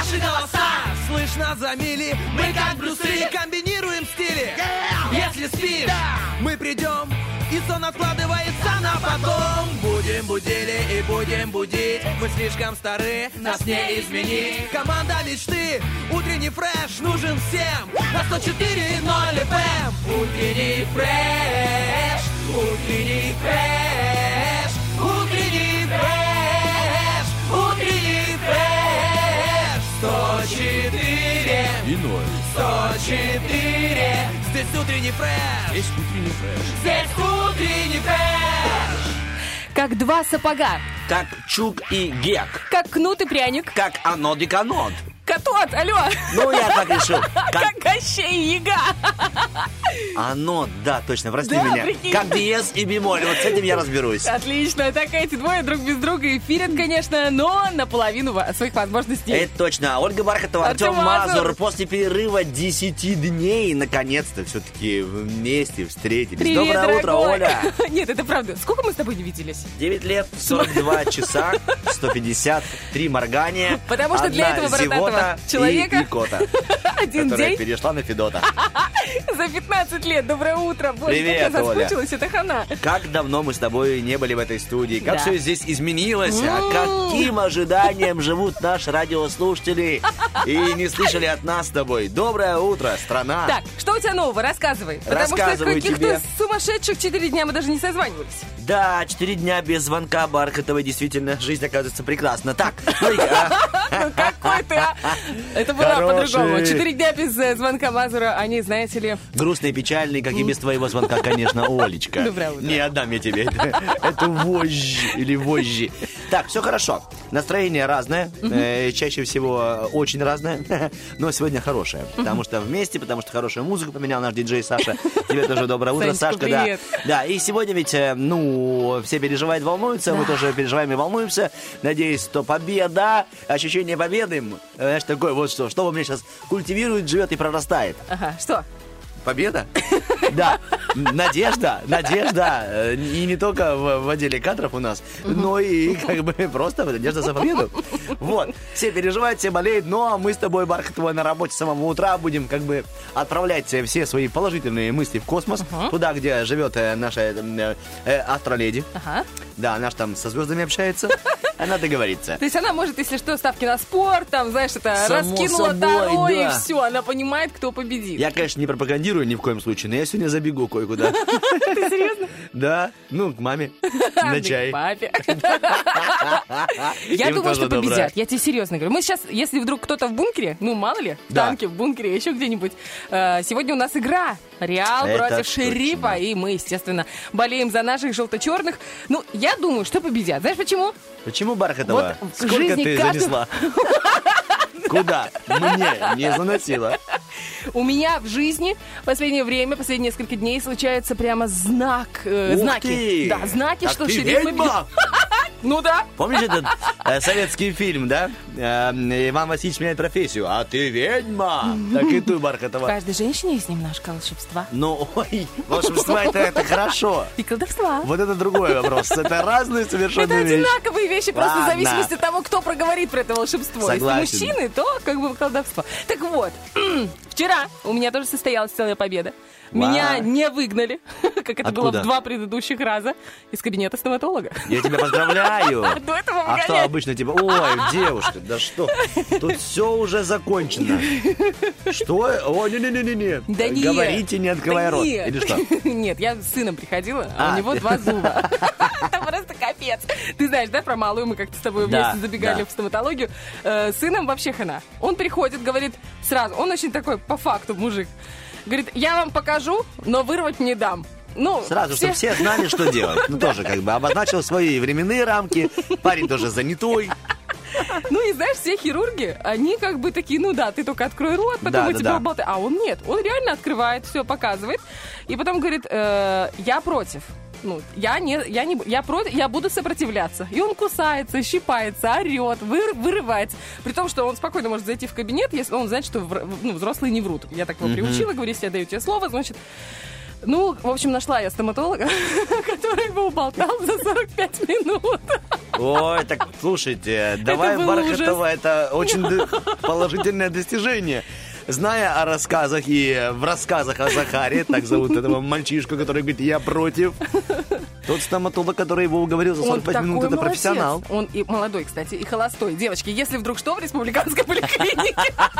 наши голоса слышно за мили. Мы как Брюс Ли комбинируем стили. Если спишь, мы придем, и сон откладывается на потом. Будем будили и будем будить. Мы слишком стары, нас не изменить. Команда мечты, утренний фреш нужен всем. На 104.0 FM. Утренний фреш, утренний фреш, утренний фреш, утренний фреш. 104 И 0. 104. Здесь утренний фреш. Здесь утренний фреш. Здесь утренний фреш. Как два сапога. Как чук и гек. Как кнут и пряник. Как анод и канод. Котот, алло. Ну, я так решил. Как Кощей и Яга. Анод, да, точно, прости Да, меня. прикинь. Как диез и бемоль, вот с этим я разберусь. Отлично. Так эти двое друг без друга эфирят, конечно, но наполовину своих возможностей. Это точно. Ольга Бархатова, Артем Артем Мазур. Мазур. После перерыва 10 дней наконец-то все-таки вместе встретились. Привет, Доброе утро, дорогой. Оля. Нет, это правда. Сколько мы с тобой не виделись? 9 лет, 42 часа, 153 моргания. Потому что для одна этого бородатого зевота человека и кота, один которая день перешла на Федота. за 15 лет. Доброе утро. Боже, Привет, как я Оля. соскучилась, это хана. Как давно мы с тобой не были в этой студии, как Да. все здесь изменилось, а каким ожиданием живут наши радиослушатели и не слышали от нас с тобой. Доброе утро, страна. Так, что у тебя нового? Рассказывай. Потому что Рассказываю каких-то тебе. сумасшедших 4 дня мы даже не созванивались. Да, 4 дня без звонка Бархатовой, действительно, жизнь оказывается прекрасна. Так, ну, Ну какой ты, а? Это было Хороший. по-другому. 4 дня без звонка Мазура, они, знаете ли... грустный и печальный, как и без твоего звонка, конечно, Олечка. Доброе утро. Не отдам я тебе эту вожжь или вожжи. Так, все хорошо. Настроение разное, чаще всего очень разное, но сегодня хорошее, потому что вместе, потому что хорошую музыку поменял наш диджей Саша. Тебе тоже доброе утро, Санечка, Сашка. Да. привет. Да, и сегодня ведь, все переживают, волнуются, мы тоже переживаем и волнуемся. Надеюсь, что победа, ощущение победы, знаешь, такое вот что во мне сейчас культивирует, живет и прорастает. Ага, что? Победа? Да, надежда, и не только в отделе кадров у нас, но и как бы просто надежда за победу. Вот, все переживают, все болеют, но мы с тобой, Бархатова, на работе с самого утра будем как бы отправлять все свои положительные мысли в космос, туда, где живет наша астроледи. Ага. Да, она ж там со звездами общается, она договорится. То есть она может, если что, ставки на спорт, там, знаешь, это Само раскинула собой, таро, и да. все, она понимает, кто победит. Я, конечно, не пропагандирую ни в коем случае, но я сегодня забегу кое-куда. Ты серьезно? Да, ну, к маме, на чай. К папе. Я Им думаю, тоже что победят. добра. Я тебе серьезно говорю. Мы сейчас, если вдруг кто-то в бункере, ну, мало ли, в Да. танке, в бункере, еще где-нибудь. Сегодня у нас игра. Реал Это против точно. Шерифа. И мы, естественно, болеем за наших желто-черных. Ну, я думаю, что победят. Знаешь почему? Почему, Бархатова? Вот в Сколько жизни ты каждого- занесла? Куда? Мне не заносила. У меня в жизни в последнее время, последние несколько дней случается прямо знаки. ты! Да, знаки, Так что ты Шериф победит. ведьма? Ну да. Помнишь этот советский фильм, да? Иван Васильевич меняет профессию. А ты ведьма! Так и ты, В Бархатова. каждой женщине есть немножко волшебства. Ну, ой, волшебство это хорошо. И колдовства. Вот это другой вопрос. Это разные совершенно Это вещи. одинаковые вещи, просто Ладно. в зависимости от того, кто проговорит про это волшебство. Согласен. Если мужчины, то как бы колдовство. Так вот, вчера у меня тоже состоялась целая победа. Вау. Меня не выгнали, как это было Откуда? в 2 предыдущих раза, из кабинета стоматолога. Я тебя поздравляю. До этого А что выгоняли. обычно типа, ой, девушка, да что? Тут все уже закончено. Что? О, не-не-не-не. Да нет. Говорите, не открывая Да рот. нет. Или что? Нет, я с сыном приходила, а А. у него 2 зуба. Это просто капец. Ты знаешь, да, про малую мы как-то с тобой Да, вместе забегали да. в стоматологию. С сыном вообще хана. Он приходит, говорит сразу, он очень такой по факту мужик. Говорит, я вам покажу, но вырвать не дам. Ну, Сразу, чтобы все знали, что делать. Ну, тоже как бы обозначил свои временные рамки. Парень тоже занятой. Ну и знаешь, все хирурги, они как бы такие, ну да, ты только открой рот, потом Да, мы да, тебя да. уболтаем. А он нет, он реально открывает, все показывает. И потом говорит, я против. Ну, я против, я буду сопротивляться. И он кусается, щипается, орет, вырывается. При том, что он спокойно может зайти в кабинет, если он знает, что взрослые не врут. Я так его приучила, говорю, если я даю тебе слово, значит... Ну, в общем, нашла я стоматолога, который его уболтал за 45 минут. Ой, так слушайте, давай был Бархатова, это очень положительное достижение. Зная о рассказах и в рассказах о Захаре, так зовут этого мальчишку, который говорит, я против. Тот стоматолог, который его уговорил за 45 минут, это молодец. профессионал. Он и молодой, кстати, и холостой. Девочки, если вдруг что, в республиканской поликлинике.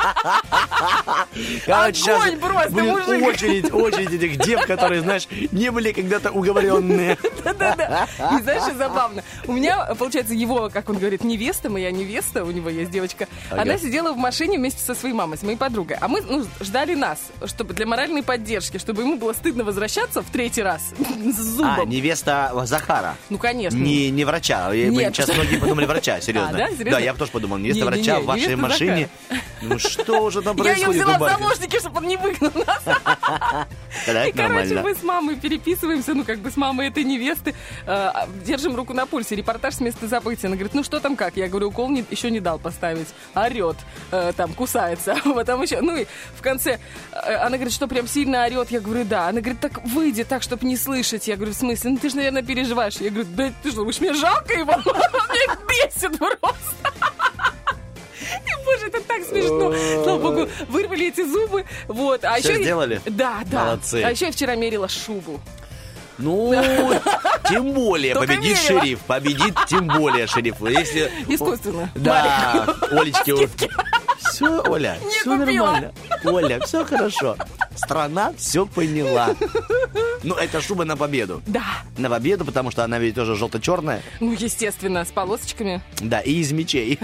Огонь просто, мужик. Очередь этих дев, которые, знаешь, не были когда-то уговоренные. Да-да-да. И знаешь, что забавно? У меня, получается, его, как он говорит, невеста, моя невеста, у него есть девочка, она сидела в машине вместе со своей мамой, с моей подругой. А мы ждали нас, чтобы для моральной поддержки, чтобы ему было стыдно возвращаться в третий раз с зубом. А, невеста Захара. Ну, конечно. Не врача. Нет. Сейчас многие подумали врача, серьезно. Да, серьезно? Да, я бы тоже подумал, невеста врача в вашей невеста машине. Ну что уже там Я происходит? ее взяла в Бархат? заложники, чтобы он не выгнал нас. Да, И, это короче, нормально. мы с мамой переписываемся, ну, как бы с мамой этой невесты, держим руку на пульсе, репортаж с места события. Она говорит, ну, что там как? Я говорю, укол еще не дал поставить. Орет, там, кусается. Потом еще, ну, и в конце она говорит, что прям сильно орет. Я говорю, да. Она говорит, так выйди так, чтобы не слышать. Я говорю, в смысле? Ну, ты же, наверное, переживаешь. Я говорю, да ты что, уж мне жалко его? Он меня бесит просто. И, боже, это так смешно. Слава богу, вырвали эти зубы. Вот. А Всё еще сделали? Да. Молодцы. А еще я вчера мерила шубу. Ну, тем более Только победит верила. шериф. Победит тем более шериф. Если... Искусственно. Да, Олечки. Все, Оля, Не все купила. нормально. Оля, все хорошо. Страна все поняла. Ну, это шуба на победу. Да. На победу, потому что она ведь тоже желто-черная. Ну, естественно, с полосочками. Да, и из мечей.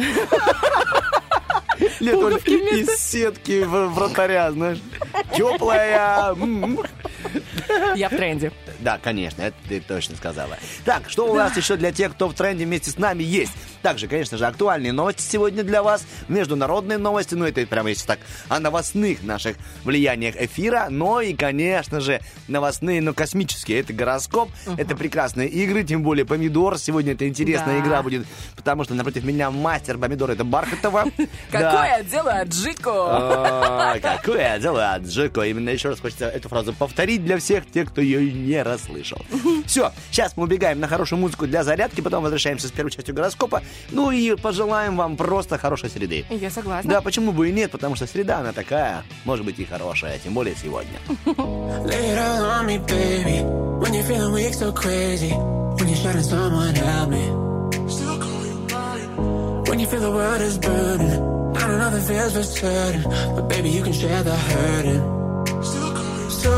Нет, Оля, Пуговки вместо- из сетки вратаря, знаешь. Теплая. Я в тренде. Да, конечно, это ты точно сказала. Так, что у нас еще для тех, кто в тренде вместе с нами есть? Также, конечно же, актуальные новости сегодня для вас, международные новости, ну это прямо если так, о новостных наших влияниях эфира, но и, конечно же, новостные, но космические. Это гороскоп, это прекрасные игры, тем более помидор. Сегодня это интересная Да. игра будет, потому что напротив меня мастер помидора, это Бархатова. Какое дело, Джико? Какое дело, Джеко. Именно еще раз хочется эту фразу повторить для всех тех, кто ее не расслышал. Все, сейчас мы убегаем на хорошую музыку для зарядки, потом возвращаемся с первой частью гороскопа. Ну и пожелаем вам просто хорошей среды. Я согласна. Да, почему бы и нет, потому что среда, она такая, может быть и хорошая, тем более сегодня. Lay it all on me, baby. When you're feeling weak, so crazy. When you're shouting, someone help me. Still call you mine. When you feel the world is burning. I don't know the feels for certain, but baby, you can share the hurting. Still call you so.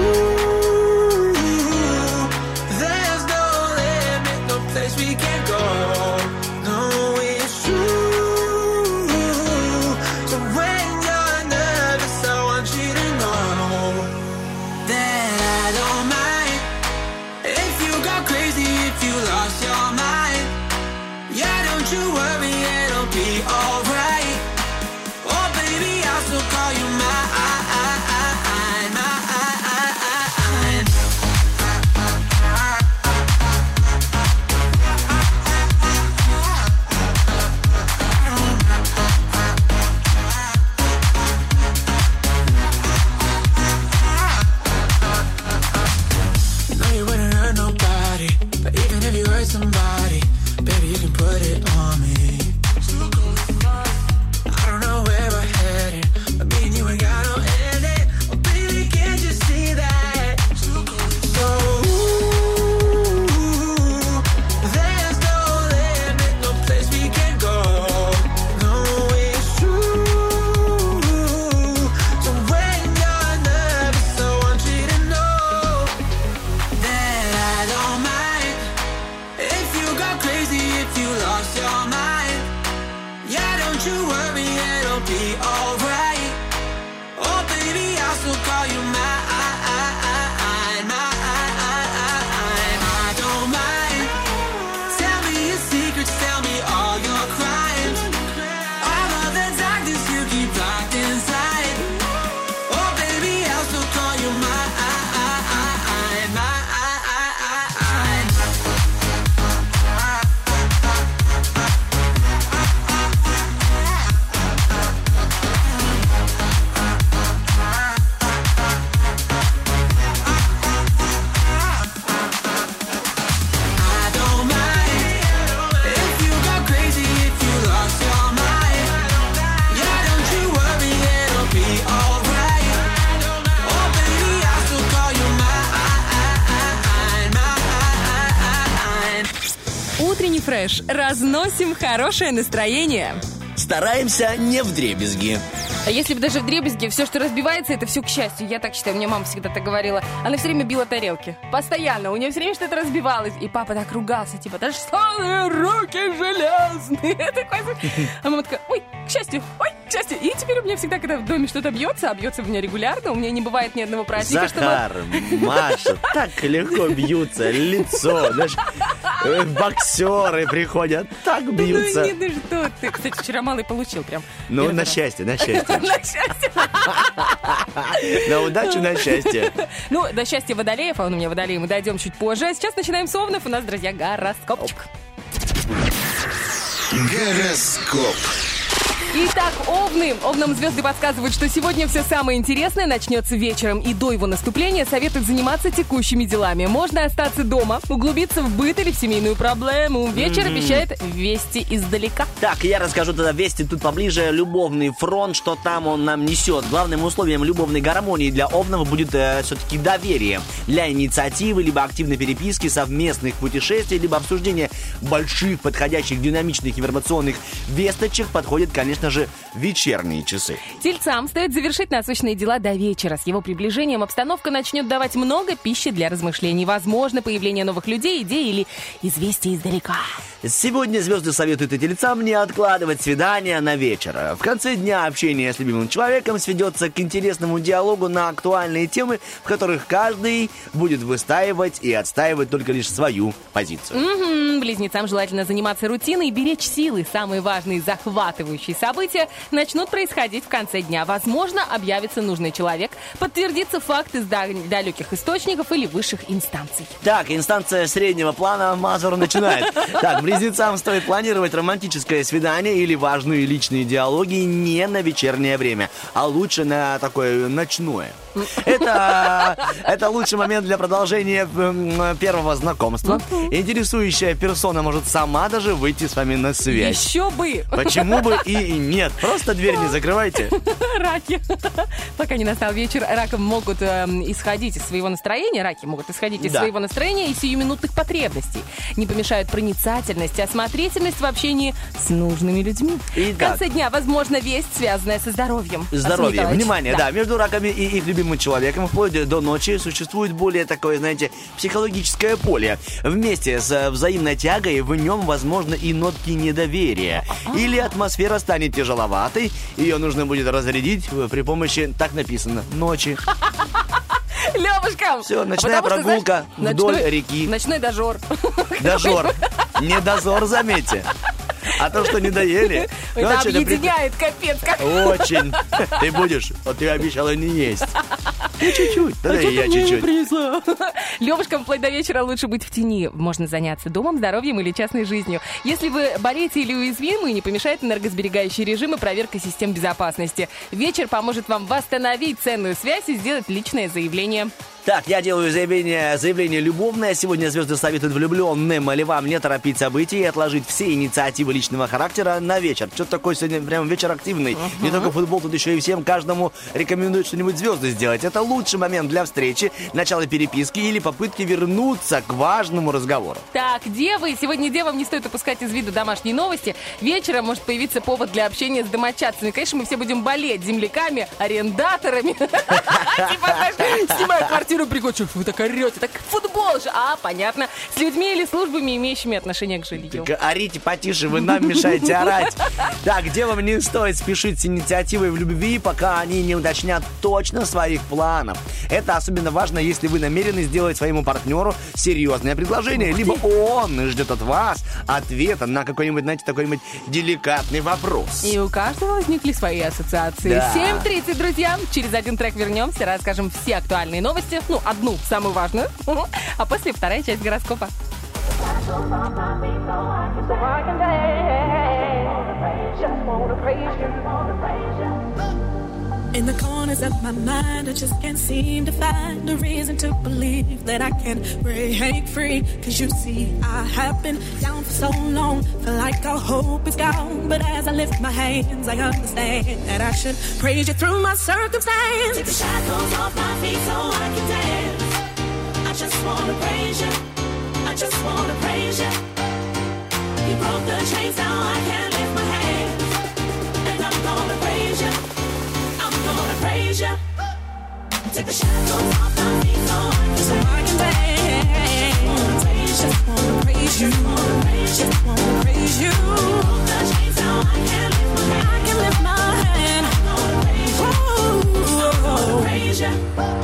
There's no limit, no place we can't go. No, it's true. So when you're nervous, I want you to know that I don't mind if you go crazy, if you lost your mind. Yeah, don't you worry, it'll be alright. Oh baby, I'll still call you mine. You know you wouldn't hurt nobody, but even if you hurt somebody, baby, you can put it on me. I don't know where we're headed, but me and you ain't got no ending. Oh baby, can't you see that? So there's no limit, no place we can go. No, it's true. So when you're nervous, I want you to know that I don't mind if you go crazy, if you lost your mind. Утренний фреш. Разносим хорошее настроение. Стараемся не вдребезги. А если бы даже вдребезги, все, что разбивается, это все к счастью. Я так считаю, мне мама всегда так говорила. Она все время била тарелки. Постоянно. У нее все время что-то разбивалось. И папа так ругался, типа, да что вы, руки железные. А мама такая, ой, к счастью, ой, к счастью. И теперь у меня всегда, когда в доме что-то бьется, а бьется у меня регулярно, у меня не бывает ни одного праздника, Захар, Маша, так легко бьются, лицо, знаешь, боксеры приходят, так бьются. Ну что ты. Кстати, вчера малый получил прям. Ну, на счастье, на счастье. На счастье. На удачу, на счастье. Ну, до счастья водолеев, а он у меня водолей, мы дойдем чуть позже. А сейчас начинаем с овнов. У нас, друзья, гороскопчик. Гороскоп. Итак, овны. Овнам звезды подсказывают, что сегодня все самое интересное начнется вечером. И до его наступления советуют заниматься текущими делами. Можно остаться дома, углубиться в быт или в семейную проблему. Вечер обещает вести издалека. Так, я расскажу тогда вести тут поближе. Любовный фронт, что там он нам несет. Главным условием любовной гармонии для овнов будет все-таки доверие. Для инициативы, либо активной переписки, совместных путешествий, либо обсуждения больших, подходящих, динамичных информационных весточек подходит, конечно же, вечерние часы. Тельцам стоит завершить насущные дела до вечера. С его приближением обстановка начнет давать много пищи для размышлений. Возможно, появление новых людей, идей или известий издалека. Сегодня звезды советуют и тельцам не откладывать свидания на вечер. В конце дня общение с любимым человеком сведется к интересному диалогу на актуальные темы, в которых каждый будет выстаивать и отстаивать только лишь свою позицию. Близнецам желательно заниматься рутиной и беречь силы. Самые важные захватывающие события начнут происходить в конце дня. Возможно, объявится нужный человек, подтвердится факт из далеких источников или высших инстанций. Так, инстанция среднего плана Мазур начинает. Так, близнецам стоит планировать романтическое свидание или важные личные диалоги не на вечернее время, а лучше на такое ночное. Это лучший момент для продолжения первого знакомства. Интересующая персона может сама даже выйти с вами на связь. Еще бы! Почему бы и нет? Просто дверь не закрывайте. Раки. Пока не настал вечер, раком могут исходить из своего настроения. Раки могут исходить из своего настроения и сиюминутных потребностей. Не помешают проницательность и осмотрительность в общении с нужными людьми. В конце дня, возможно, весть, связанная со здоровьем. Здоровье. Внимание, да. Между раками и их любимым человеком вплоть до ночи существует более такое, знаете, психологическое поле. Вместе с взаимной тягой в нем, возможно, и нотки недоверия. Или атмосфера станет тяжеловатой, ее нужно будет разрядить при помощи, так написано, ночи. Левушка! Все, ночная прогулка вдоль реки. Ночной дожор. Дожор. Не дозор, заметьте. А то, что не доели... Это объединяет, капец. Очень. Ты будешь, вот ты обещала не есть. Ты чуть-чуть, да и я чуть-чуть. Левушкам вплоть до вечера лучше быть в тени. Можно заняться домом, здоровьем или частной жизнью. Если вы болеете или уязвимы, не помешает энергосберегающий режим и проверка систем безопасности. Вечер поможет вам восстановить ценную связь и сделать личное заявление. Так, я делаю заявление любовное. Сегодня звезды советуют влюбленным львам не торопить события и отложить все инициативы личного характера на вечер. Что-то такое сегодня прям вечер активный. Не только футбол, тут еще и всем, каждому рекомендуют что-нибудь звезды сделать. Это лучший момент для встречи, начала переписки или попытки вернуться к важному разговору. Так, девы, сегодня девам не стоит упускать из виду домашние новости. Вечером может появиться повод для общения с домочадцами. Конечно, мы все будем болеть земляками, арендаторами. Снимаю квартиру. Приходит, вы так орете, так футбол же. А, понятно. С людьми или службами, имеющими отношение к жилью. Так, орите потише, вы нам мешаете орать. Так, девам не стоит спешить с инициативой в любви, пока они не уточнят точно своих планов. Это особенно важно, если вы намерены сделать своему партнеру серьезное предложение, либо он ждет от вас ответа на какой-нибудь, знаете, такой-нибудь деликатный вопрос. И у каждого возникли свои ассоциации. Да. 7:30, друзья. Через один трек вернемся, расскажем все актуальные новости. Ну, одну, самую важную. А после вторая часть гороскопа. In the corners of my mind, I just can't seem to find a reason to believe that I can break free. Cause you see, I have been down for so long, feel like all hope is gone. But as I lift my hands, I understand that I should praise you through my circumstance. Take the shackles off my feet so I can dance. I just wanna praise you, I just wanna praise you. You broke the chains, now I can't lift my hands. And I'm gonna praise you. I'm gonna praise you. Take the shackles off my feet so I can dance. Just wanna praise you. Just wanna praise you. Broke the chains, now I can't lift my hand. I can lift my hand. I'm gonna praise you. I'm gonna praise you.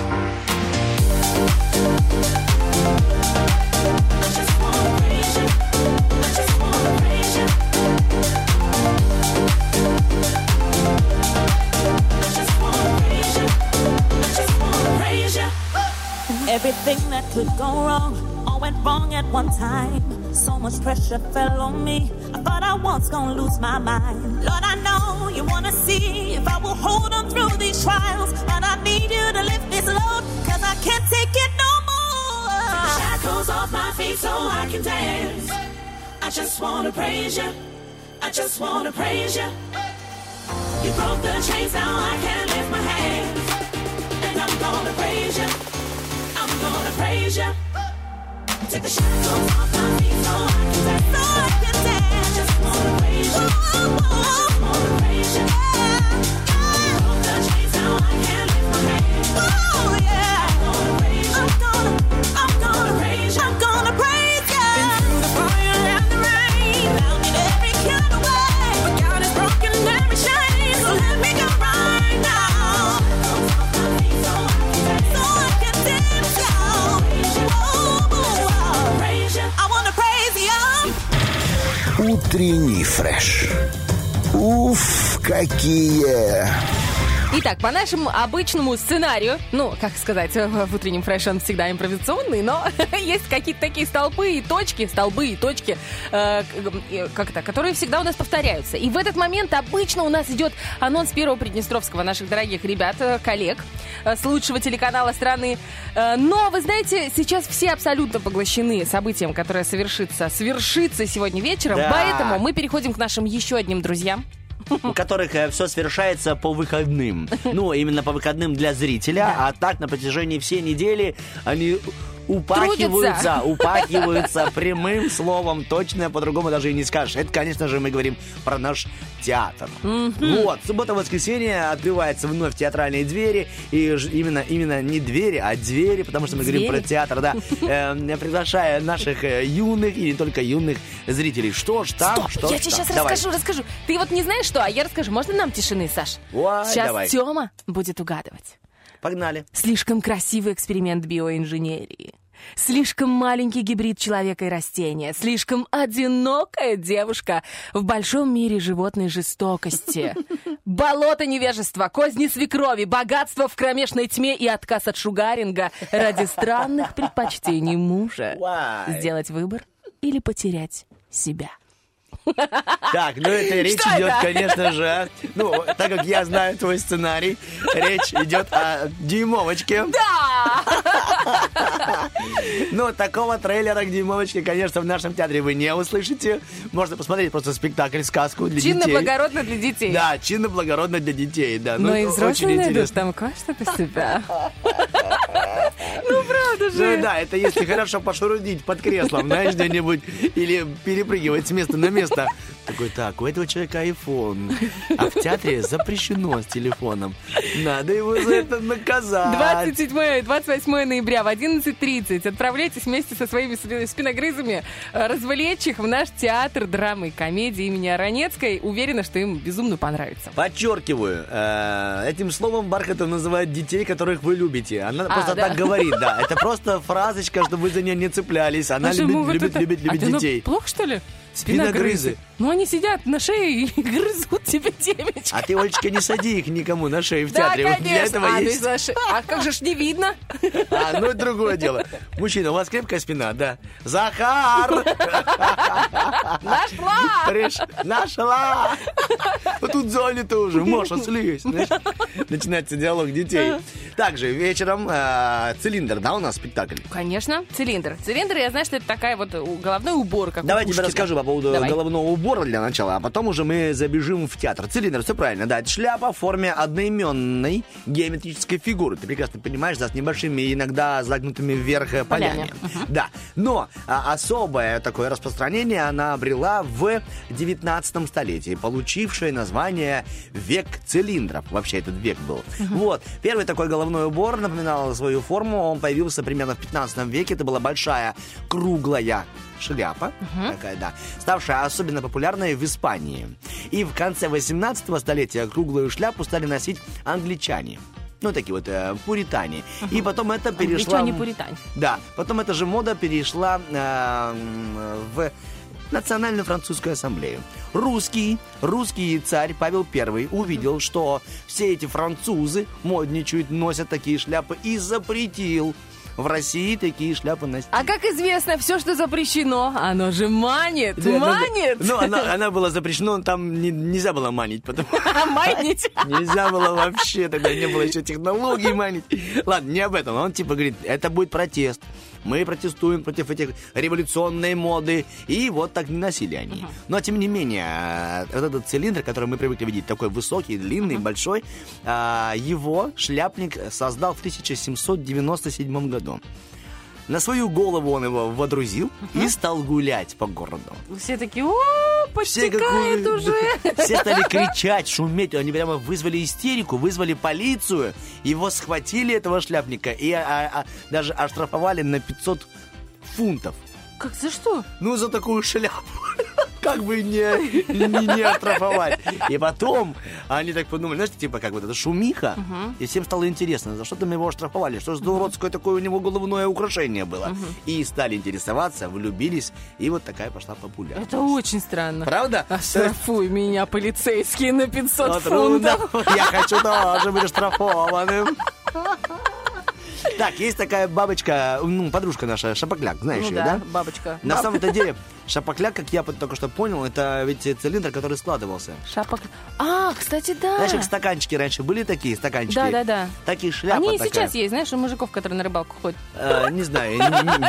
I just wanna praise you. I just wanna praise you. I just wanna praise you. I just wanna praise you. Everything that could go wrong all went wrong at one time. So much pressure fell on me. I thought I was gonna lose my mind. Lord, I know you wanna see if I will hold on through these trials, but I need you to lift this load, 'cause I can't take it no more. Take the shackles off my feet so I can dance. I just wanna praise you. I just wanna praise you. You broke the chains, now I can't lift my hands. And I'm gonna praise you. I'm gonna praise you. Take the shackles off my feet so I can dance. So I can dance. I just wanna praise you. I just wanna praise you. You broke the chains, now I can't lift my hands. Oh yeah. I'm gonna praise you. I'm gonna praise you. I'm gonna praise you. Been through the fire and the rain, down in every kind of way, but God has broken every chain, so let me go right now. So I can dance now. I wanna praise you. Утренний фреш. Уф, какие! Итак, по нашему обычному сценарию, ну, как сказать, в утреннем фреше он всегда импровизационный, но есть какие-то такие столбы и точки, которые всегда у нас повторяются. И в этот момент обычно у нас идет анонс Первого Приднестровского, наших дорогих ребят, коллег, с лучшего телеканала страны. Но, вы знаете, сейчас все абсолютно поглощены событием, которое свершится сегодня вечером, Да. поэтому мы переходим к нашим еще одним друзьям. У которых все совершается по выходным. Ну, именно по выходным для зрителя, а так на протяжении всей недели они упахиваются прямым словом, точно по-другому даже и не скажешь. Это, конечно же, мы говорим про наш театр. Вот, суббота-воскресенье открываются вновь театральные двери, и именно не двери, а двери, потому что мы говорим про театр, да. Приглашая наших юных и не только юных зрителей. Что ж там, Стоп, я тебе сейчас расскажу. Ты вот не знаешь что, а я расскажу. Можно нам тишины, Саш? Ой, сейчас давай. Тёма будет угадывать. Погнали. Слишком красивый эксперимент биоинженерии. Слишком маленький гибрид человека и растения. Слишком одинокая девушка в большом мире животной жестокости. Болото невежества, козни свекрови, богатство в кромешной тьме и отказ от шугаринга ради странных предпочтений мужа. Why? Сделать выбор или потерять себя. Так, ну это речь Что идет, это? конечно же, ну, так как я знаю твой сценарий, речь идет о дюймовочке. Да! Ну, такого трейлера к дюймовочке, конечно, в нашем театре вы не услышите. Можно посмотреть просто спектакль, сказку для детей. Чинно-благородно для детей. Да, чинно-благородно для детей, да. Но и очень взрослые найдут интересно. там кое-что про себя. Ну, правда Ну же. да, это если хорошо пошурудить под креслом, знаешь, где-нибудь, или перепрыгивать с места на место. Такой, так, у этого человека iPhone, а в театре запрещено с телефоном. Надо его за это наказать. 27-28 ноября в 11:30 отправляйтесь вместе со своими спиногрызами развлечь их в наш театр драмы и комедии имени Аронецкой. Уверена, что им безумно понравится. Подчеркиваю, этим словом Бархатов называет детей, которых вы любите. Она просто да. так говорит, да. Это просто фразочка, чтобы вы за нее не цеплялись. Она любит детей. Плохо, что ли? Спиногрызы. Ну, они сидят на шее и грызут тебе темечко. А ты, Олечка, не сади их никому на шею в Да, театре. Вот конечно. для этого есть. А как же ж не видно? Ну это другое дело. Мужчина, у вас крепкая спина, да? Захар! Нашла! Вот тут занято уже. Маша, слезь. Знаешь, начинается диалог детей. Также вечером «Цилиндр», да, у нас спектакль? Конечно, цилиндр. Цилиндр, я знаю, что это такая вот головной убор, как Давай у тебе Пушкина. расскажу по поводу Давай. головного убора для начала, а потом уже мы забежим в театр. Цилиндр, все правильно, да, это шляпа в форме одноименной геометрической фигуры. Ты прекрасно понимаешь, да, с небольшими, иногда загнутыми вверх полями. Да, но особое такое распространение название она обрела в 19 столетии, получившее название «Век цилиндров». Вообще этот век был. Вот. Первый такой головной убор напоминал свою форму. Он появился примерно в 15 веке. Это была большая круглая шляпа, такая, да, ставшая особенно популярной в Испании. И в конце 18 столетия круглую шляпу стали носить англичане. Ну, такие вот пуритане. И потом это перешла... Англичане-пуритане. Да, потом эта же мода перешла в Национальную французскую ассамблею. Русский царь Павел I увидел, что все эти французы модничают, носят такие шляпы, и запретил в России такие шляпы носить. А как известно, все, что запрещено, оно же манит. Манит! Ну, она была запрещена, там нельзя было манить, потому Манить. нельзя было вообще, тогда не было еще технологий манить. Ладно, не об этом. Он типа говорит, это будет протест. Мы протестуем против этих революционной моды. И вот так не носили они. Но, тем не менее, вот этот цилиндр, который мы привыкли видеть, такой высокий, длинный, большой, его шляпник создал в 1797 году. На свою голову он его водрузил и стал гулять по городу. Все такие, подтекает уже. Все стали кричать, шуметь. Они прямо вызвали истерику, вызвали полицию. Его схватили, этого шляпника, и даже оштрафовали на 500 фунтов. Как, за что? Ну, за такую шляпу. Как бы не оштрафовать. И потом они так подумали, знаете, типа, как вот это шумиха. И всем стало интересно, за что там его оштрафовали, что за уродское такое у него головное украшение было. И стали интересоваться, влюбились, и вот такая пошла популярность. Это очень странно. Правда? Оштрафуй меня, полицейские, на 500 Вот фунтов. трудно. Я хочу тоже быть оштрафованным. Так, есть такая бабочка, подружка наша, Шапокляк, знаешь ее, да? Бабочка. На самом-то деле, Шапокляк, как я только что понял, это ведь цилиндр, который складывался. Кстати, да. Знаешь, как стаканчики раньше были такие стаканчики? Да. Такие шляпы. Они и такая. сейчас есть, знаешь, у мужиков, которые на рыбалку ходят. Не знаю.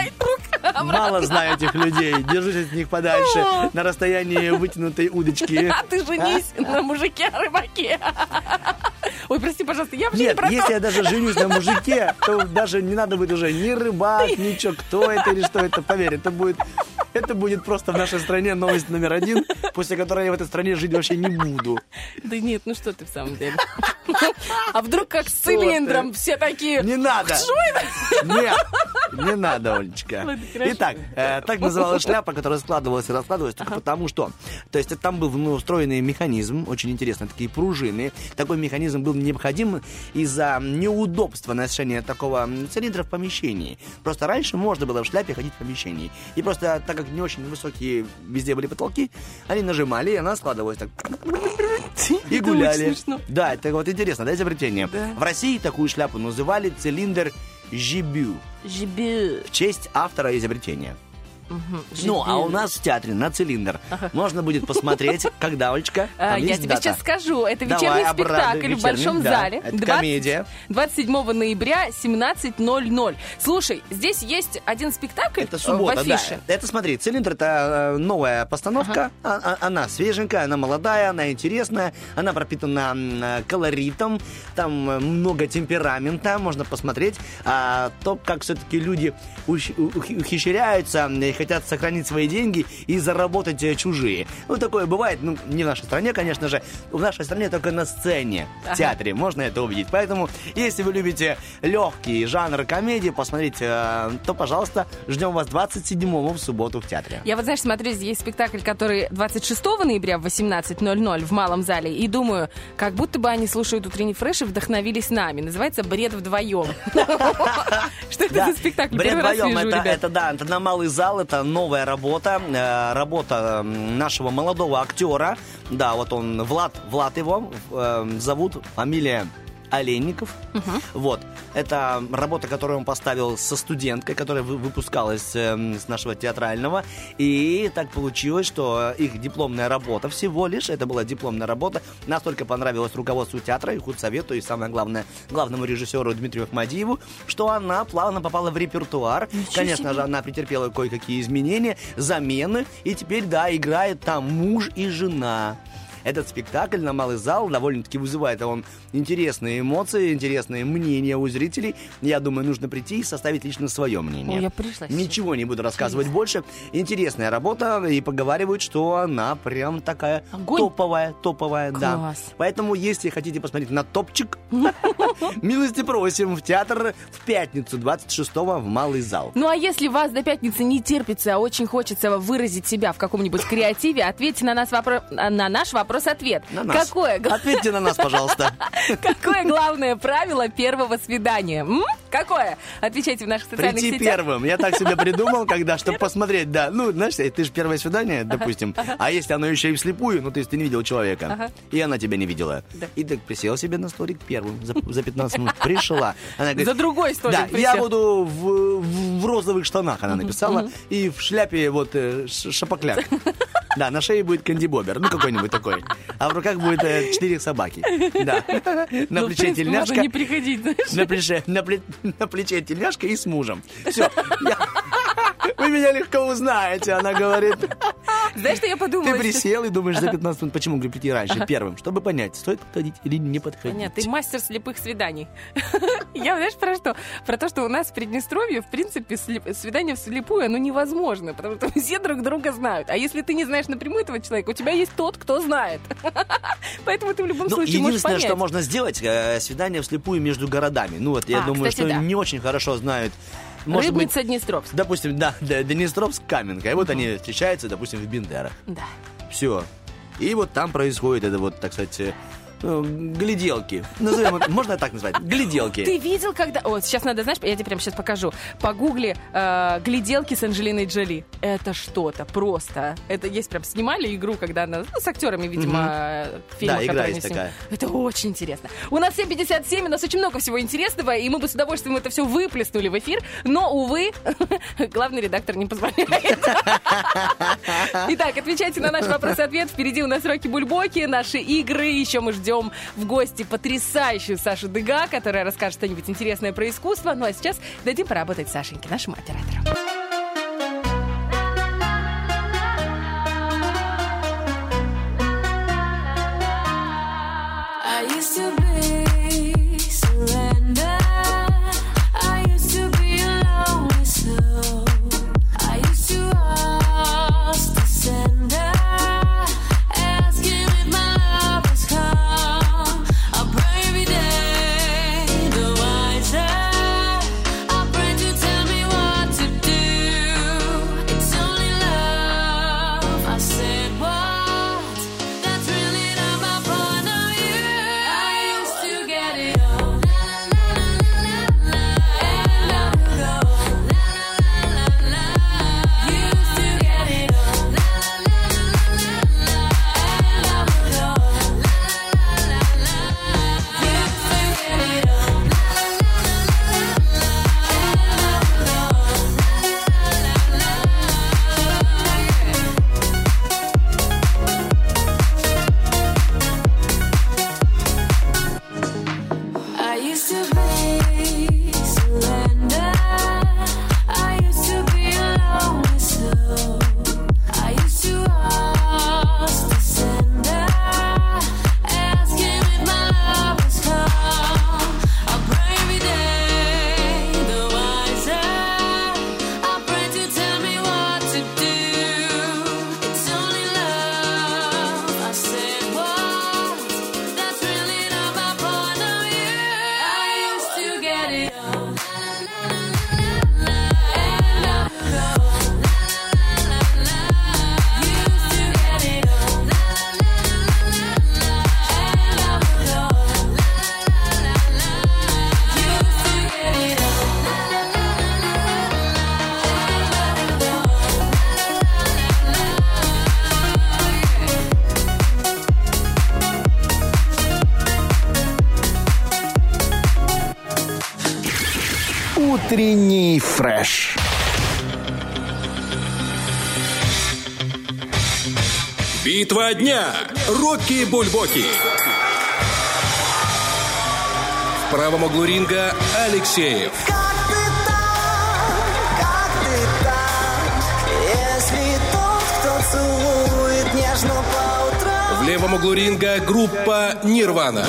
Мало знаю этих людей. Держусь от них подальше, на расстоянии вытянутой удочки. А ты женись на мужике-рыбаке. Ой, прости, пожалуйста, я вообще не про то. Если я даже женюсь на мужике, то даже не надо будет уже ни рыбак, ничего, кто это или что это, поверь, это будет просто в нашей стране новость номер 1, после которой я в этой стране жить вообще не буду. Да нет, ну что ты в самом деле. А вдруг как с цилиндром все такие... Не надо. Что это? Нет, не надо, Олечка. Ладно, хорошо. Итак, так называлась шляпа, которая складывалась и раскладывалась только потому, что... То есть там был встроенный механизм, очень интересно, такие пружины. Такой механизм был необходим из-за неудобства ношения такого цилиндра в помещении. Просто раньше можно было в шляпе ходить в помещении. И просто, так как не очень высокие везде были потолки, они нажимали, и она складывалась так... И Это гуляли. очень смешно. Да, это вот интересно, да, изобретение. Да. В России такую шляпу называли цилиндр Жибю в честь автора изобретения. Ну, а у нас в театре на цилиндр можно будет посмотреть, когда, Олечка, там Я есть тебе дата. сейчас скажу. Это Давай, вечерний обрадуй, спектакль в вечерний, Большом да. зале. Это комедия. 27 ноября, 17:00. Слушай, здесь есть один спектакль Это в суббота, да. афише. Это, смотри, «Цилиндр» — это новая постановка. Она свеженькая, она молодая, она интересная, она пропитана колоритом, там много темперамента, можно посмотреть. То, как все-таки люди ухищряются и хотят сохранить свои деньги и заработать чужие. Ну, такое бывает, ну, не в нашей стране, конечно же. В нашей стране только на сцене, в театре можно это увидеть. Поэтому, если вы любите легкий жанр комедии, посмотреть, то, пожалуйста, ждем вас 27-го в субботу в театре. Я вот, знаешь, смотрю, здесь есть спектакль, который 26 ноября в 18:00 в Малом зале, и думаю, как будто бы они слушают утренний фреш и вдохновились нами. Называется «Бред вдвоем». Что это за спектакль? «Бред Первый раз вдвоем» вижу, ребят. это на малый зал, это новая работа нашего молодого актера. Да, вот он, Влад его зовут, фамилия Олейников. Вот. Это работа, которую он поставил со студенткой, которая выпускалась с нашего театрального. И так получилось, что их дипломная работа всего лишь, это была дипломная работа, настолько понравилась руководству театра и худсовету, и самое главное, главному режиссеру Дмитрию Ахмадиеву, что она плавно попала в репертуар. Конечно же, она претерпела кое-какие изменения, замены, и теперь, да, играет там муж и жена. этот спектакль на малый зал довольно-таки вызывает он интересные эмоции, интересные мнения у зрителей. Я думаю, нужно прийти и составить лично свое мнение. Ой, я пришла сейчас. Ничего не буду рассказывать больше. Интересная работа, и поговаривают, что она прям такая топовая, да. Класс. Поэтому, если хотите посмотреть на топчик, милости просим в театр в пятницу 26-го в малый зал. Ну а если вас до пятницы не терпится, а очень хочется выразить себя в каком-нибудь креативе, ответьте на наш вопрос-ответ. На нас. Ответьте на нас, пожалуйста. Какое главное правило первого свидания? Какое? Отвечайте в наших социальных Прийти сетях. первым. Я так себе придумал, чтобы посмотреть, да. Ну, знаешь, ты же первое свидание, допустим. А если оно еще и вслепую, ну, то есть ты не видел человека, и она тебя не видела. Да. И так присел себе на столик первым за 15 минут. Пришла. Она говорит, За другой столик да, присел. я буду в розовых штанах, она написала, и в шляпе вот шапокляк. Да, на шее будет кандибобер, ну какой-нибудь такой. А в руках будет 4 собаки. Да. На плече тельняшка. Можно не приходить, знаешь. На плече тельняшка и с мужем. Все. Вы меня легко узнаете, она говорит. Знаешь, что я подумала? Ты присел и думаешь за 15 минут, почему говорю, прийти раньше, первым, чтобы понять, стоит подходить или не подходить. Нет, ты мастер слепых свиданий. Я, знаешь, про что? Про то, что у нас в Приднестровье, в принципе, свидание вслепую, оно невозможно, потому что все друг друга знают. А если ты не знаешь напрямую этого человека, у тебя есть тот, кто знает. Поэтому ты в любом случае можешь понять. Единственное, что можно сделать, свидание вслепую между городами. Ну вот, я думаю, кстати, что да. не очень хорошо знают. Может Рыбница быть, Днестровск. допустим, да, Днестровск, Каменка. И вот они встречаются, допустим, в Бендерах. Да. Все. И вот там происходит это вот, так сказать, гляделки. Назовем это, можно так назвать? Гляделки. Ты видел, когда... Вот, сейчас надо, знаешь, я тебе прямо сейчас покажу. Погугли гляделки с Анджелиной Джоли. Это что-то просто. Это есть прям... Снимали игру, когда она... Ну, с актерами, видимо, фильма, да, игра которые есть они такая. Это очень интересно. У нас 7:57, у нас очень много всего интересного, и мы бы с удовольствием это все выплеснули в эфир, но, увы, главный редактор не позволяет. Итак, отвечайте на наш вопрос-ответ. Впереди у нас Роки-Бульбоки, наши игры. Еще мы ждем в гости потрясающую Сашу Дега, которая расскажет что-нибудь интересное про искусство. Ну а сейчас дадим поработать Сашеньке, нашему оператору. Утренний фреш. Битва дня. Роки-Бульбоки. В правом углу ринга Алексеев. левом углу ринга группа «Нирвана».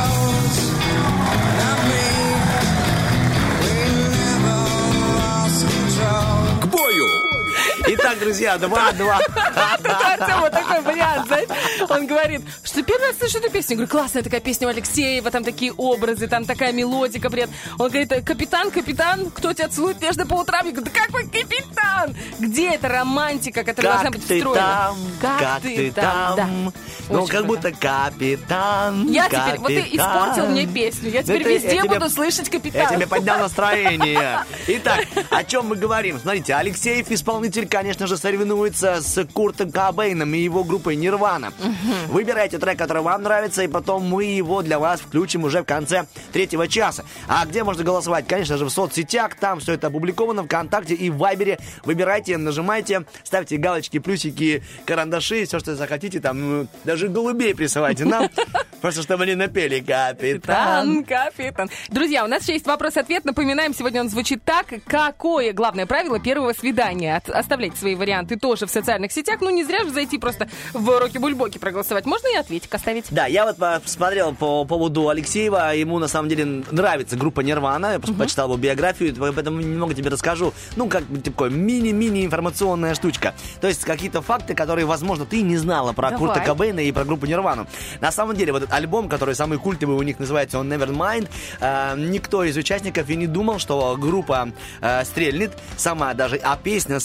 К бою! Итак, друзья, 2-2. Артем вот такой вариант, знаешь, он говорит, что первый раз слышу эту песню. Я говорю, классная такая песня у Алексеева, там такие образы, там такая мелодика, привет. Он говорит, капитан, кто тебя целует нежно по утрам? Я говорю, да какой капитан? Где эта романтика, которая должна быть встроена? Как ты там? Да. Ну, Очень как круто. будто капитан. Я теперь, вот ты испортил мне песню. Я теперь везде буду слышать Я капитан. тебе поднял настроение. Итак, о чем мы говорим? Смотрите, Алексеев, исполнитель, конечно же, соревнуется с Куртом Кобейном и его группой Нирвана. Выбирайте трек, который вам нравится, и потом мы его для вас включим уже в конце 3-го часа. А где можно голосовать? Конечно же, в соцсетях. Там все это опубликовано, ВКонтакте и в Вайбере. Выбирайте, нажимайте, ставьте галочки, плюсики, карандаши, все, что захотите. Там даже голубей присылайте нам, просто чтобы они напели «Капитан». Капитан. Друзья, у нас еще есть вопрос-ответ. Напоминаем, сегодня он звучит так. Какое главное правило первого свидания? Оставляйте свои варианты тоже в социальных сетях. Ну, не зря же зайти просто в Роки-Бульбоки проголосовать. Можно и ответик оставить? Да, я вот посмотрел по поводу Алексеева. Ему, на самом деле, нравится группа Нирвана. Я просто почитал его биографию, поэтому немного тебе расскажу. Ну, как такой мини-мини информационная штучка. То есть какие-то факты, которые, возможно, ты не знала про Давай. Курта Кобейна и про группу Нирвану. На самом деле, вот этот альбом, который самый культовый у них называется, он Nevermind, никто из участников и не думал, что группа стрельнет сама даже. А песня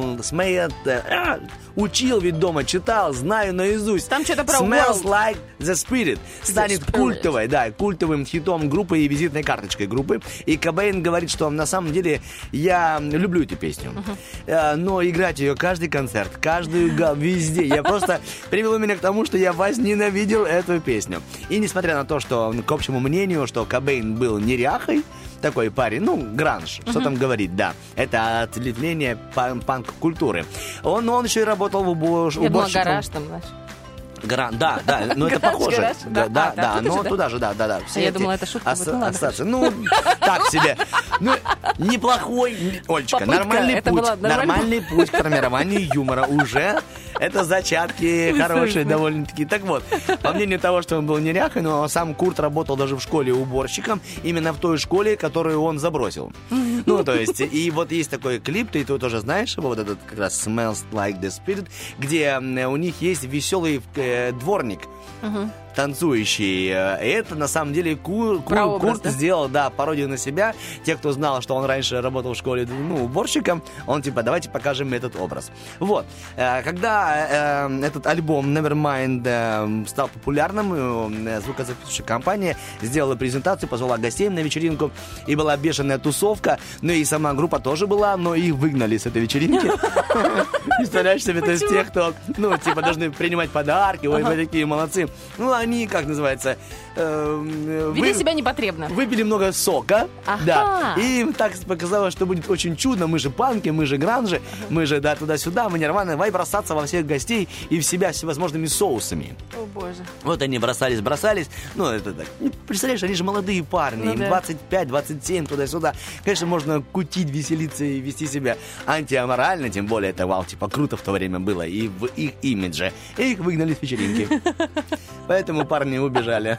учил ведь дома, читал, знаю наизусть. Там что-то про Smells World. Like the Spirit станет культовой, да, культовым хитом группы и визитной карточкой группы. И Кобейн говорит, что на самом деле я люблю эту песню, но играть ее каждый концерт, везде. Я просто привело меня к тому, что я возненавидел эту песню. И несмотря на то, что, к общему мнению, что Кобейн был неряхой, такой парень, ну, гранж, что там говорить, да. Это ответвление панк-культуры. Он еще и работал в уборщиком. Я думала, гараж там, знаешь. Да, но это Гараж, похоже. гараж, Да, но туда же, да. Я думала, это шутка будет. Ну, ладно, остаться. Ну, так себе. Ну, неплохой, Олечка, Попытка. нормальный Это путь. была Нормальный путь к формированию юмора. Уже это зачатки хорошие довольно-таки. Так вот, по мнению того, что он был неряхой, но сам Курт работал даже в школе уборщиком, именно в той школе, которую он забросил. Ну, то есть, и вот есть такой клип, ты тоже знаешь его, вот этот как раз Smells Like the Spirit, где у них есть веселый дворник, танцующий. Это, на самом деле, Курт сделал, да, пародию на себя. Те, кто знал, что он раньше работал в школе, ну, уборщиком, он типа, давайте покажем этот образ. Вот. Когда этот альбом Nevermind стал популярным, звукозаписывающая компания сделала презентацию, позвала гостей на вечеринку, и была бешеная тусовка, ну и сама группа тоже была, но их выгнали с этой вечеринки. Представляешь себе, то есть тех, кто, ну, типа, должны принимать подарки, ой, вы такие молодцы. Ну, они, как называется... Вели себя непотребно. Выпили много сока, да, и им так показалось, что будет очень чудно. Мы же панки, мы же гранжи, мы же, да, туда-сюда, мы Нирвана, давай бросаться во всех гостей и в себя всевозможными соусами. О, боже. Вот они бросались. Ну, это так. Представляешь, они же молодые парни, Ну, им да. 25-27, туда-сюда. Конечно, можно кутить, веселиться и вести себя антиаморально, тем более это, вау, типа, круто в то время было и в их имидже. И их выгнали с вечеринки. Поэтому парни убежали.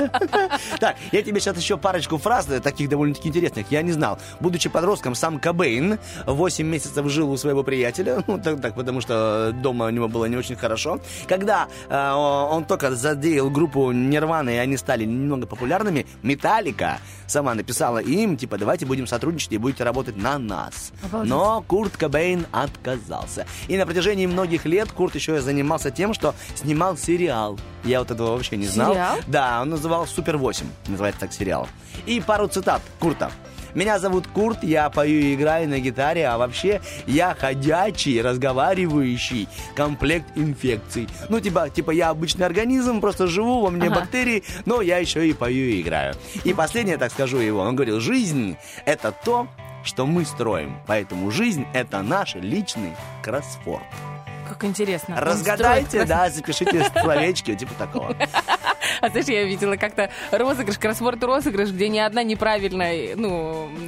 Так, я тебе сейчас еще парочку фраз, таких довольно-таки интересных. Я не знал. Будучи подростком, сам Кобейн 8 месяцев жил у своего приятеля, ну, так, потому что дома у него было не очень хорошо. Когда он только задеял группу Нирвана, и они стали немного популярными, Металлика сама написала им, типа, давайте будем сотрудничать и будете работать на нас. Обалдеть. Но Курт Кобейн отказался. И на протяжении многих лет Курт еще и занимался тем, что снимал сериал. Я вот этого вообще не знал. Сериал? Да, он называл «Супер 8», называется так сериал. И пару цитат Курта. «Меня зовут Курт, я пою и играю на гитаре, а вообще я ходячий, разговаривающий комплект инфекций. Ну, типа я обычный организм, просто живу, во мне бактерии, но я еще и пою и играю». И последнее, так скажу его, он говорил: «Жизнь — это то, что мы строим, поэтому жизнь — это наш личный кроссворд». Как интересно. Он Разгадайте, строит да, запишите словечки, типа такого. А знаешь, я видела как-то кроссворд-розыгрыш, где ни одна неправильная,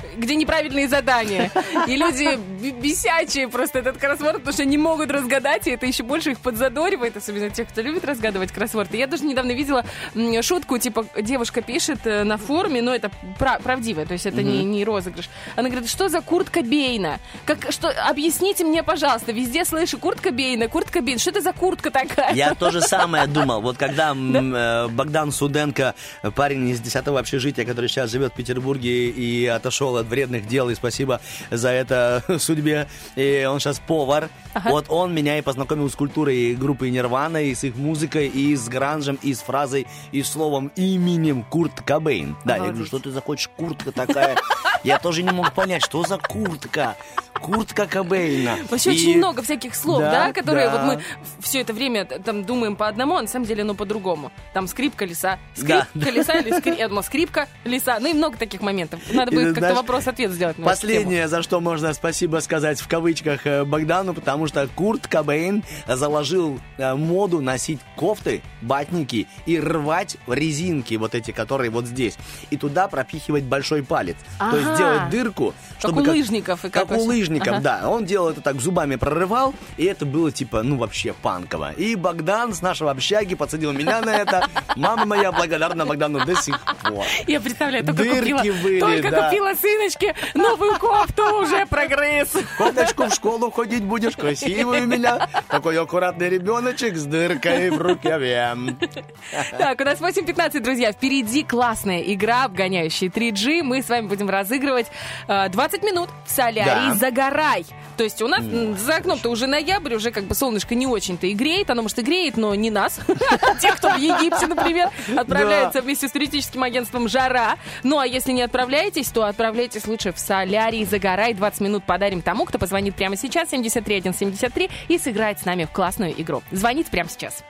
где неправильные задания. И люди бесячие просто этот кроссворд, потому что не могут разгадать, и это еще больше их подзадоривает, особенно тех, кто любит разгадывать кроссворды. Я даже недавно видела шутку, типа, девушка пишет на форуме, но это правдивое, то есть это не розыгрыш. Она говорит, что за Курт Кобейна? Объясните мне, пожалуйста, везде слышу Курт Кобейна, что это за куртка такая? Я то же самое думал. Вот когда Богдан Суденко, парень из 10-го общежития, который сейчас живет в Петербурге и отошел от вредных дел, и спасибо за это судьбе, и он сейчас повар. Вот он меня и познакомил с культурой группы Нирвана, и с их музыкой, и с гранжем, и с фразой, и словом, именем Курт Кобейн. Да, я говорю, что ты захочешь, куртка такая? Я тоже не мог понять, что за куртка. Куртка Кобейна. Вообще очень много всяких слов, да, которые вот мы все это время там думаем по одному, а на самом деле, по-другому. Там скрипка, лиса. Скрипка, лиса или я думала, скрипка, лиса. Ну и много таких моментов. Надо будет как-то вопрос-ответ сделать. Последнее, за что можно спасибо сказать в кавычках Богдану, потому что Курт Кобейн заложил моду носить кофты, батники и рвать резинки вот эти, которые вот здесь. И туда пропихивать большой палец. То есть делать дырку. Чтобы как у лыжников. Как у лыжников, да. Он делал это так, зубами прорывал, и это было типа, вообще панково. И Богдан с нашего общаги подсадил меня на это. Мама моя благодарна Богдану до сих пор. Я представляю, только Дырки купила сыночке новую кофту, уже прогресс. Кофточку в школу ходить будешь, красивый у меня. Такой аккуратный ребеночек с дыркой в рукаве. Так, у нас 8:15, друзья. Впереди классная игра, обгоняющая 3G. Мы с вами будем разыгрывать 20 минут в солярии «Загорай». То есть у нас за окном-то уже ноябрь, уже как бы солнышко не очень-то и греет. Оно, может, и греет, но не нас. Тех, кто в Египте, например, отправляются вместе с туристическим агентством «Жара». Ну, а если не отправляетесь, то отправляйтесь лучше в солярий «Загорай». 20 минут подарим тому, кто позвонит прямо сейчас, 73173, и сыграет с нами в классную игру. Звоните прямо сейчас.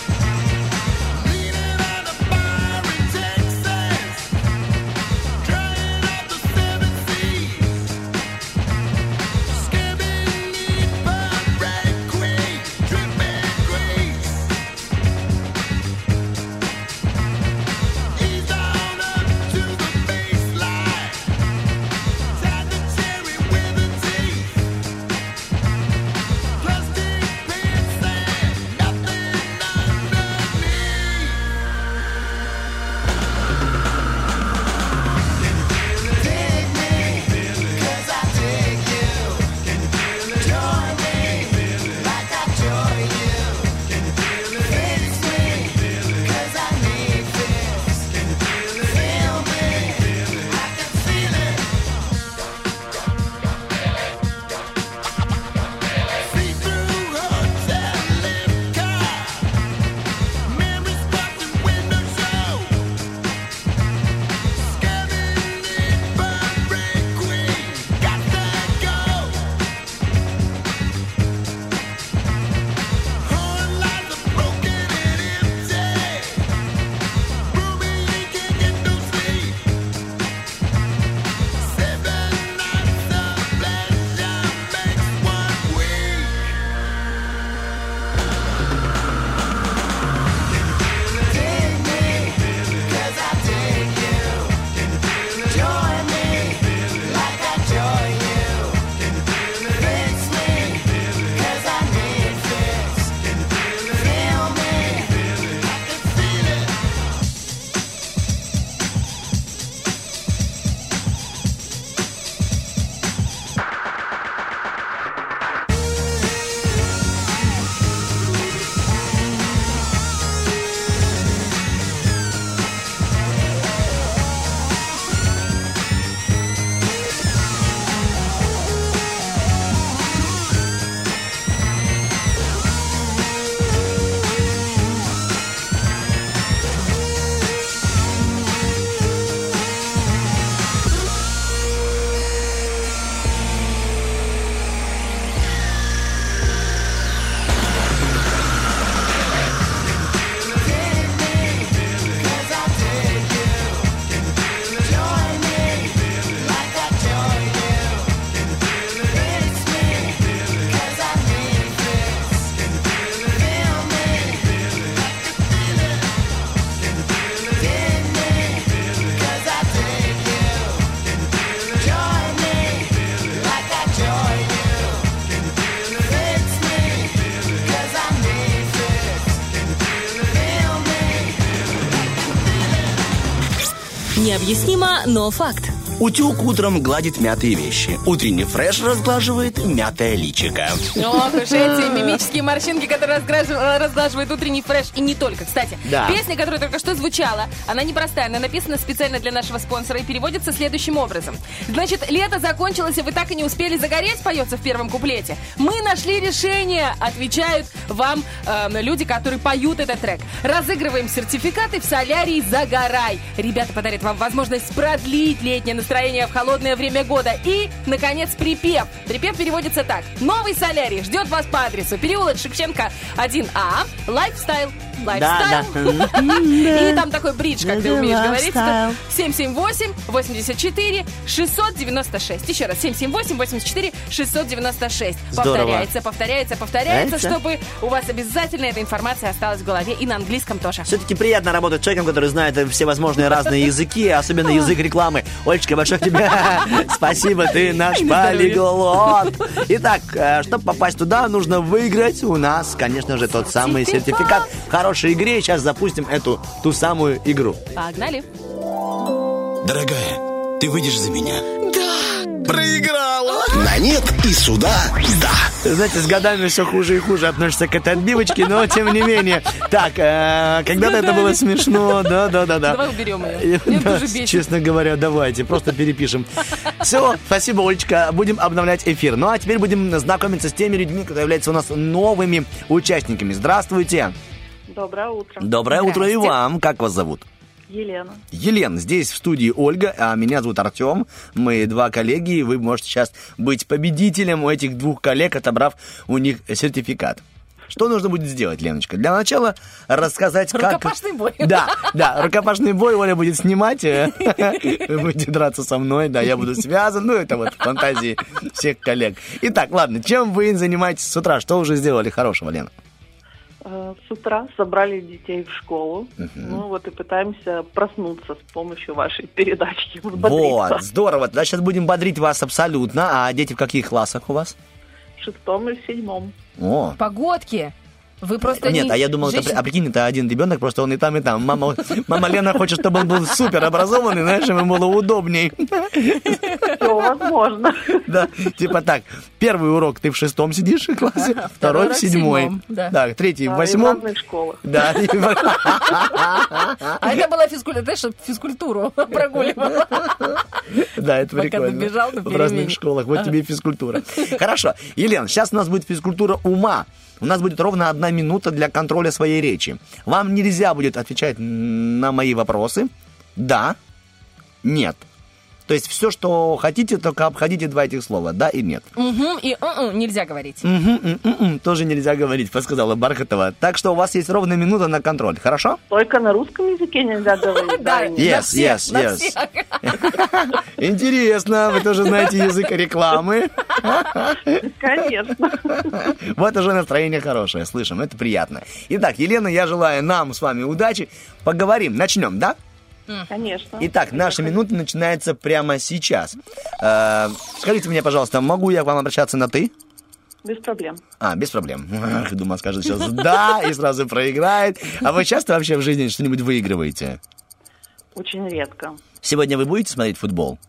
Leaning on a bar in Texas, Необъяснимо, но факт. Утюг утром гладит мятые вещи. Утренний фреш разглаживает мятое личико. Ох уж эти мимические морщинки, которые разглаживает утренний фреш. И не только, кстати. Да. Песня, которая только что звучала, она непростая. Она написана специально для нашего спонсора и переводится следующим образом. Значит, лето закончилось, и вы так и не успели загореть, поется в первом куплете. Мы нашли решение, отвечают вам люди, которые поют этот трек. Разыгрываем сертификаты в солярий «Загорай». Ребята подарят вам возможность продлить летнее настроение в холодное время года. И, наконец, припев. Припев переводится так. Новый солярий ждет вас по адресу переулок Шевченко, 1А, Лайфстайл. Да. И там такой бридж, как ты умеешь говорить. 778-84-696. Еще раз, 778-84-696. Здорово. Повторяется, чтобы у вас обязательно эта информация осталась в голове и на английском тоже. Все-таки приятно работать с человеком, который знает всевозможные разные языки, особенно язык рекламы. Олечка, большое тебе спасибо, ты наш полиглот. Итак, чтобы попасть туда, нужно выиграть у нас, конечно же, тот самый сертификат в хорошей игре. Сейчас запустим ту самую игру. Погнали. Дорогая, ты выйдешь за меня? Проиграла! На нет и сюда да. Знаете, с годами все хуже и хуже относится к этой отбивочке, но тем не менее. Так, когда-то это было смешно, да. Давай уберем ее. Мне тоже бесит. Честно говоря, давайте, просто перепишем. Все, спасибо, Олечка, будем обновлять эфир. Ну, а теперь будем знакомиться с теми людьми, которые являются у нас новыми участниками. Здравствуйте. Доброе утро. Доброе утро и вам. Как вас зовут? Елена. Елена, здесь в студии Ольга, а меня зовут Артем. Мы два коллеги, и вы можете сейчас быть победителем у этих двух коллег, отобрав у них сертификат. Что нужно будет сделать, Леночка? Для начала рассказать, как... Рукопашный бой. Да, рукопашный бой Оля будет снимать. Вы будете драться со мной, да, я буду связан. Ну, это вот фантазии всех коллег. Итак, ладно, чем вы занимаетесь с утра? Что уже сделали хорошего, Лена? С утра собрали детей в школу. Ну вот и пытаемся проснуться с помощью вашей передачи. Вот, здорово. Тогда сейчас будем бодрить вас абсолютно. А дети в каких классах у вас? В 6 и в 7. О. Погодки. Вы просто Нет, а я думал, прикинь, это один ребенок, просто он и там, и там. Мама Лена хочет, чтобы он был супер образованный, знаешь, ему было удобней. Все возможно. Да, типа так, первый урок ты в 6 сидишь в классе, второй в 7. Да, третий в 8. В разных школах. Да. А это была физкультура, знаешь, чтобы физкультуру прогуливала. Да, это Пока прикольно. добежал на в разных перемене. школах, вот тебе и физкультура. Хорошо, Елена, сейчас у нас будет физкультура ума. У нас будет ровно 1 минута для контроля своей речи. Вам нельзя будет отвечать на мои вопросы. Да, нет. То есть все, что хотите, только обходите 2 этих слова. Да и нет. Угу, и нельзя говорить. Тоже нельзя говорить, подсказала Бархатова. Так что у вас есть ровно минута на контроль. Хорошо? Только на русском языке нельзя говорить. Да, Yes. Интересно, вы тоже знаете язык рекламы. Конечно. Вот уже настроение хорошее, слышим, это приятно. Итак, Елена, я желаю нам с вами удачи. Поговорим, начнем, да? Конечно. Итак, наша минута начинается прямо сейчас. Скажите мне, пожалуйста, могу я к вам обращаться на «ты»? Без проблем. Без проблем. Думаю, скажет сейчас «да» и сразу проиграет. А вы часто вообще в жизни что-нибудь выигрываете? Очень редко. Сегодня вы будете смотреть футбол?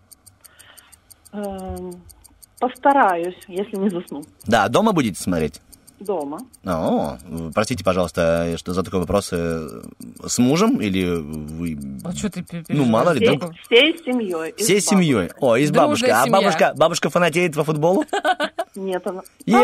Постараюсь, если не засну. Да, дома будете смотреть? Дома. Простите, пожалуйста, что за такой вопрос. С мужем или вы... А что ты мало ли, вдруг? Всей семьей. Всей семьей. О, и с бабушкой. А бабушка фанатеет по футболу? Нет, она...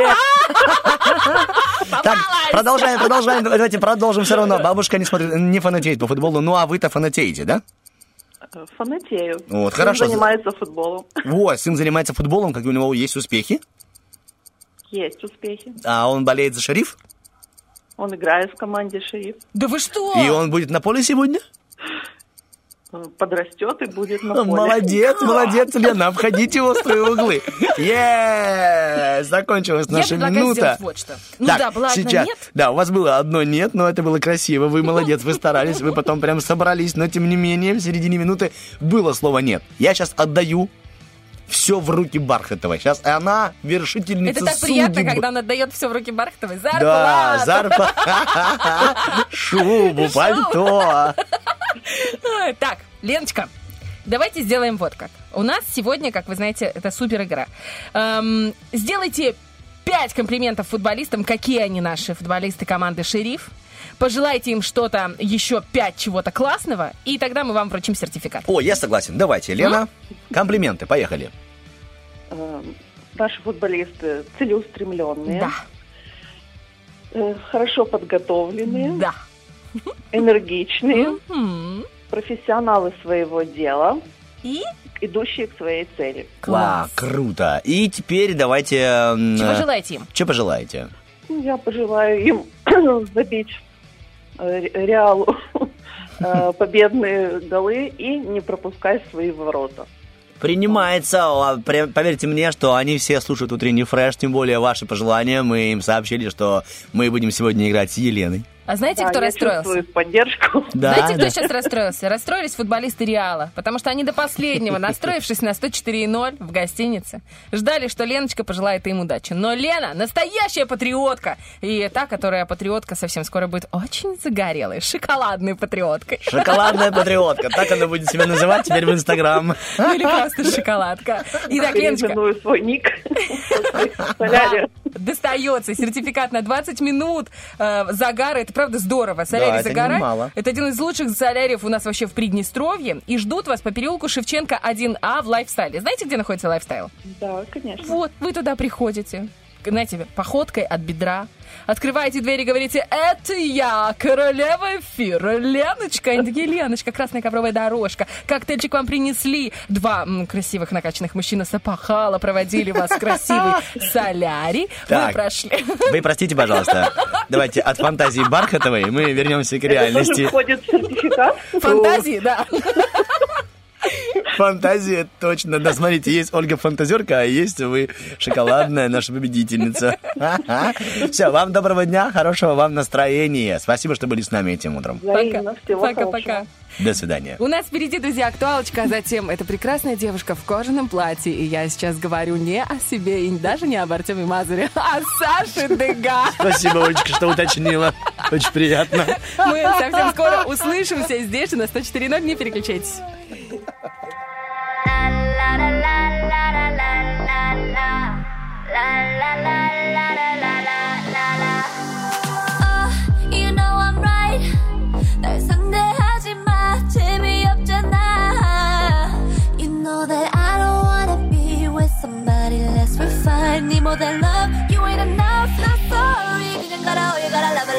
Так, продолжаем. Давайте продолжим все равно. Бабушка не фанатеет по футболу, ну а вы-то фанатеете, да? Фанатею. Вот, хорошо. Сын занимается футболом. Вот, сын занимается футболом, какие у него есть успехи? Есть успехи. А он болеет за «Шериф»? Он играет в команде «Шериф». Да вы что? И он будет на поле сегодня? Подрастет и будет на поле. Молодец, Лена, обходите острые углы. Закончилась наша минута. Я предлагаю сделать вот что. Была одна «нет». Да, у вас было одно «нет», но это было красиво. Вы молодец, вы старались, вы потом прям собрались. Но, тем не менее, в середине минуты было слово «нет». Я сейчас отдаю все в руки Бархатовой. Сейчас она вершительница судеб. Это так приятно, когда она отдает все в руки Бархатовой. Зарплату! Да, зарплату. Шубу, пальто. Так, Леночка, Давайте сделаем вот как. У нас сегодня, как вы знаете, это супер игра. Сделайте 5 комплиментов футболистам, какие они наши футболисты команды «Шериф». Пожелайте им что-то, еще 5 чего-то классного, и тогда мы вам вручим сертификат. О, я согласен. Давайте, Лена, комплименты, поехали. Наши футболисты целеустремленные. Да. Хорошо подготовленные. Да. Энергичные. Профессионалы своего дела. И? Идущие к своей цели. Класс. Круто. И теперь давайте... Чего желаете им? Что пожелаете? Я пожелаю им забить Реалу победные голы и не пропускать свои ворота. Принимается. Поверьте мне, что они все слушают утренний фреш, тем более ваши пожелания. Мы им сообщили, что мы будем сегодня играть с Еленой. А знаете, кто расстроился? Я чувствую поддержку. Знаете, кто сейчас расстроился? Расстроились футболисты Реала, потому что они до последнего, настроившись на 104.0 в гостинице, ждали, что Леночка пожелает им удачи. Но Лена настоящая патриотка. И та, которая патриотка, совсем скоро будет очень загорелой. Шоколадной патриоткой. Шоколадная патриотка. Так она будет себя называть теперь в Инстаграм. Или просто шоколадка. Итак, Леночка. Свой ник. Достается сертификат на 20 минут загара. Это правда здорово. Солярий «Загорай». Это один из лучших соляриев у нас вообще в Приднестровье. И ждут вас по переулку Шевченко 1А в Лайфстайле. Знаете, где находится Лайфстайл? Да, конечно. Вот, вы туда приходите. Знаете, походкой от бедра. Открываете дверь и говорите: это я, королева эфира, Леночка. Они такие: Леночка, красная ковровая дорожка. Коктейльчик вам принесли. 2 красивых накачанных мужчины с опахала проводили вас в красивый солярий. Так, вы прошли. Вы простите, пожалуйста. Давайте от фантазии Бархатовой мы вернемся к реальности. Это тоже входит в сертификат? Фантазии, да. Фантазия, точно. Да, смотрите, есть Ольга Фантазерка, а есть вы шоколадная наша победительница. Все, вам доброго дня, хорошего вам настроения. Спасибо, что были с нами этим утром. Пока-пока. До свидания. У нас впереди, друзья, актуалочка, а затем эта прекрасная девушка в кожаном платье. И я сейчас говорю не о себе и даже не об Артеме Мазуре, а о Саше Дега. Спасибо, Олечка, что уточнила. Очень приятно. Мы совсем скоро услышимся здесь же на 104.0. Не переключайтесь. Need more than love, you ain't enough, not sorry. You gotta love it,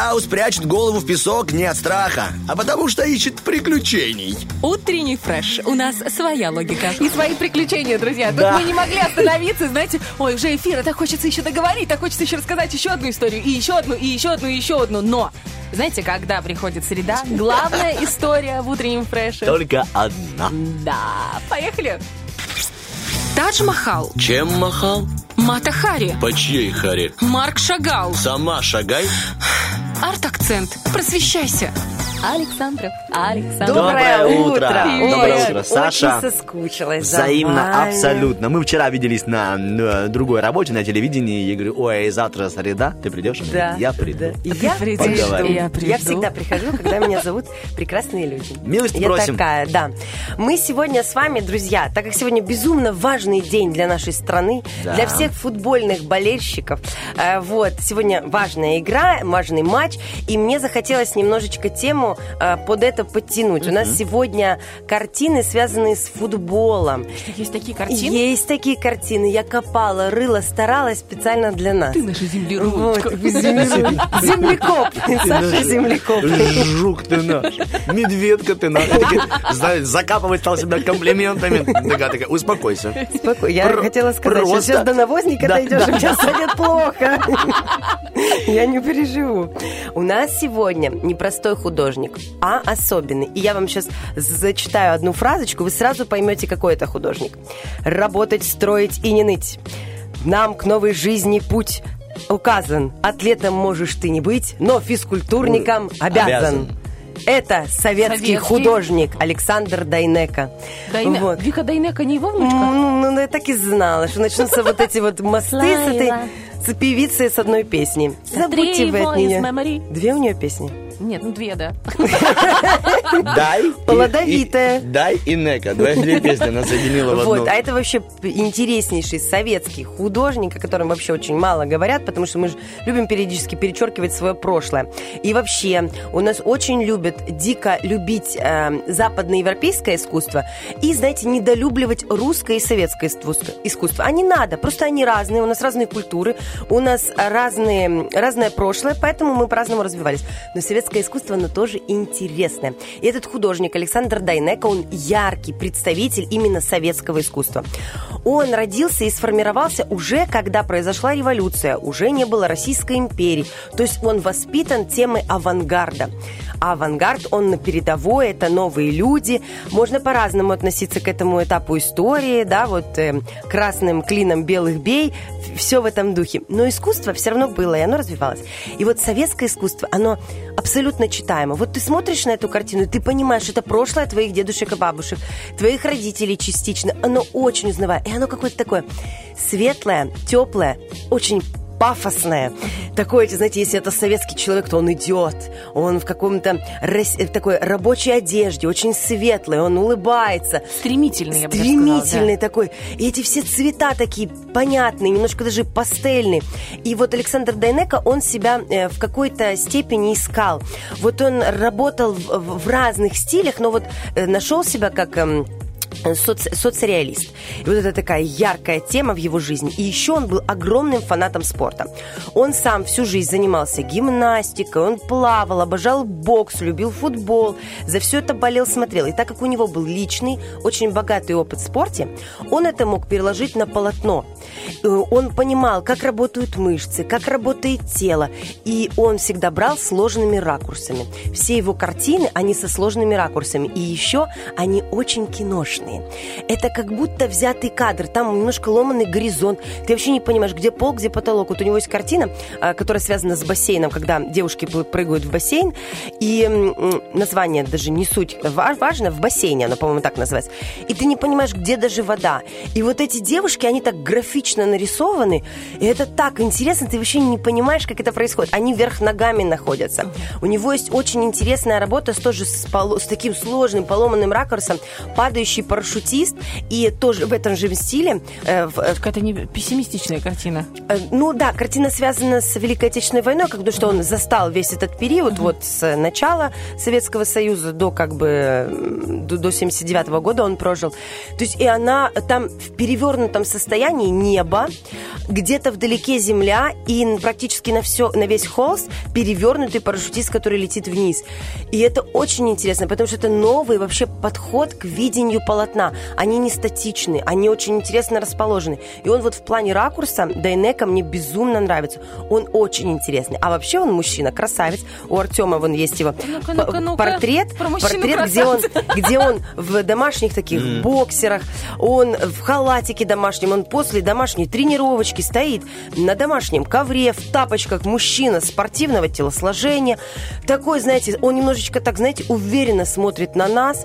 Страус прячет голову в песок не от страха, а потому что ищет приключений. Утренний фреш. У нас своя логика. И свои приключения, друзья. Тут мы не могли остановиться, знаете, ой, уже эфир, а так хочется еще договорить, так хочется еще рассказать еще одну историю, и еще одну, и еще одну, и еще одну. Но, знаете, когда приходит среда, главная история в утреннем фреше. Только одна. Да, поехали. Тадж-Махал. Чем махал? Мата Хари. По чьей Хари? Марк Шагал. Сама шагай. Арт-акцент. Просвещайся. Александров. Доброе утро. Доброе утро, Очень Саша. соскучилась. Взаимно, за вами. абсолютно. Мы вчера виделись на другой работе, на телевидении. Я говорю, ой, завтра среда, ты придешь? Да. Я приду. Да. Я Поговорим. Я всегда прихожу, когда меня зовут прекрасные люди. Милости Я просим. такая, да. Мы сегодня с вами, друзья, так как сегодня безумно важный день для нашей страны, Да. для всех футбольных болельщиков. Вот, сегодня важная игра, важный матч, и мне захотелось немножечко тему под это подтянуть. У нас сегодня картины, связанные с футболом. Есть такие картины? Есть такие картины. Я копала, рыла, старалась специально для нас. Ты наша землеручка. Вот, землекоп. Саша землекоп. Жук ты наш, медведка ты наш. Знаешь, закапывать стал себя комплиментами. Такая, успокойся. Я хотела сказать, что сейчас до навозника дойдешь, и у тебя станет плохо. Я не переживу. У нас сегодня непростой художник, а особенный. И я вам сейчас зачитаю одну фразочку, вы сразу поймете, какой это художник. Работать, строить и не ныть. Нам к новой жизни путь указан. Атлетом можешь ты не быть, но физкультурником обязан. Это советский художник Александр Дайнеко. Вот. Вика Дайнеко не его внучка? Ну, я так и знала, что начнутся вот эти вот мосты с этой с певицей с одной песни. Забудьте вы от нее. Две у нее песни? Нет, ну две, да. Дай. Плодовитая. Дай и Нека. Две песни она соединила в одну. Вот, а это вообще интереснейший советский художник, о котором вообще очень мало говорят, потому что мы же любим периодически перечеркивать свое прошлое. И вообще, у нас очень любят дико любить западноевропейское искусство и, знаете, недолюбливать русское и советское искусство. А не надо, просто они разные, у нас разные культуры, у нас разное прошлое, поэтому мы по-разному развивались. Но советское искусство, оно тоже интересное. И этот художник Александр Дайнеко, он яркий представитель именно советского искусства. Он родился и сформировался уже, когда произошла революция, уже не было Российской империи. То есть он воспитан темой авангарда. А авангард, он на передовой, это новые люди. Можно по-разному относиться к этому этапу истории, да, вот красным клином белых бей, все в этом духе. Но искусство все равно было, и оно развивалось. И вот советское искусство, оно абсолютно читаемо. Вот ты смотришь на эту картину, и ты понимаешь, это прошлое твоих дедушек и бабушек, твоих родителей частично. Оно очень узнаваемо. И оно какое-то такое светлое, теплое, очень пафосное. Такое, знаете, если это советский человек, то он идет, он в каком-то такой рабочей одежде, очень светлый, он улыбается. Стремительный, я бы Стремительный сказала, да. такой. И эти все цвета такие понятные, немножко даже пастельные. И вот Александр Дайнеко, он себя в какой-то степени искал. Вот он работал в разных стилях, но вот нашел себя как соцреалист. И вот это такая яркая тема в его жизни. И еще он был огромным фанатом спорта. Он сам всю жизнь занимался гимнастикой, он плавал, обожал бокс, любил футбол. За все это болел, смотрел. И так как у него был личный, очень богатый опыт в спорте, он это мог переложить на полотно. Он понимал, как работают мышцы, как работает тело. И он всегда брал сложными ракурсами. Все его картины, они со сложными ракурсами. И еще они очень киношные. Это как будто взятый кадр. Там немножко ломанный горизонт. Ты вообще не понимаешь, где пол, где потолок. Вот у него есть картина, которая связана с бассейном, когда девушки прыгают в бассейн. И название даже не суть важно. В бассейне оно, по-моему, так называется. И ты не понимаешь, где даже вода. И вот эти девушки, они так графично нарисованы. И это так интересно. Ты вообще не понимаешь, как это происходит. Они вверх ногами находятся. У него есть очень интересная работа тоже с таким сложным поломанным ракурсом. Падающий парашютист, и тоже в этом же стиле. Какая-то не пессимистичная картина. Ну да, картина связана с Великой Отечественной войной, когда что он застал весь этот период, вот с начала Советского Союза до как бы до 79-го года он прожил. То есть и она там в перевернутом состоянии небо, где-то вдалеке земля, и практически на весь холст перевернутый парашютист, который летит вниз. И это очень интересно, потому что это новый вообще подход к видению полотна. Они не статичны, они очень интересно расположены. И он вот в плане ракурса Дайнеко мне безумно нравится. Он очень интересный. А вообще он мужчина, красавец. У Артема вон есть его портрет, где он в домашних таких боксерах, он в халатике домашнем, он после домашней тренировочки стоит на домашнем ковре, в тапочках, мужчина спортивного телосложения. Такой, знаете, он немножечко так, знаете, уверенно смотрит на нас.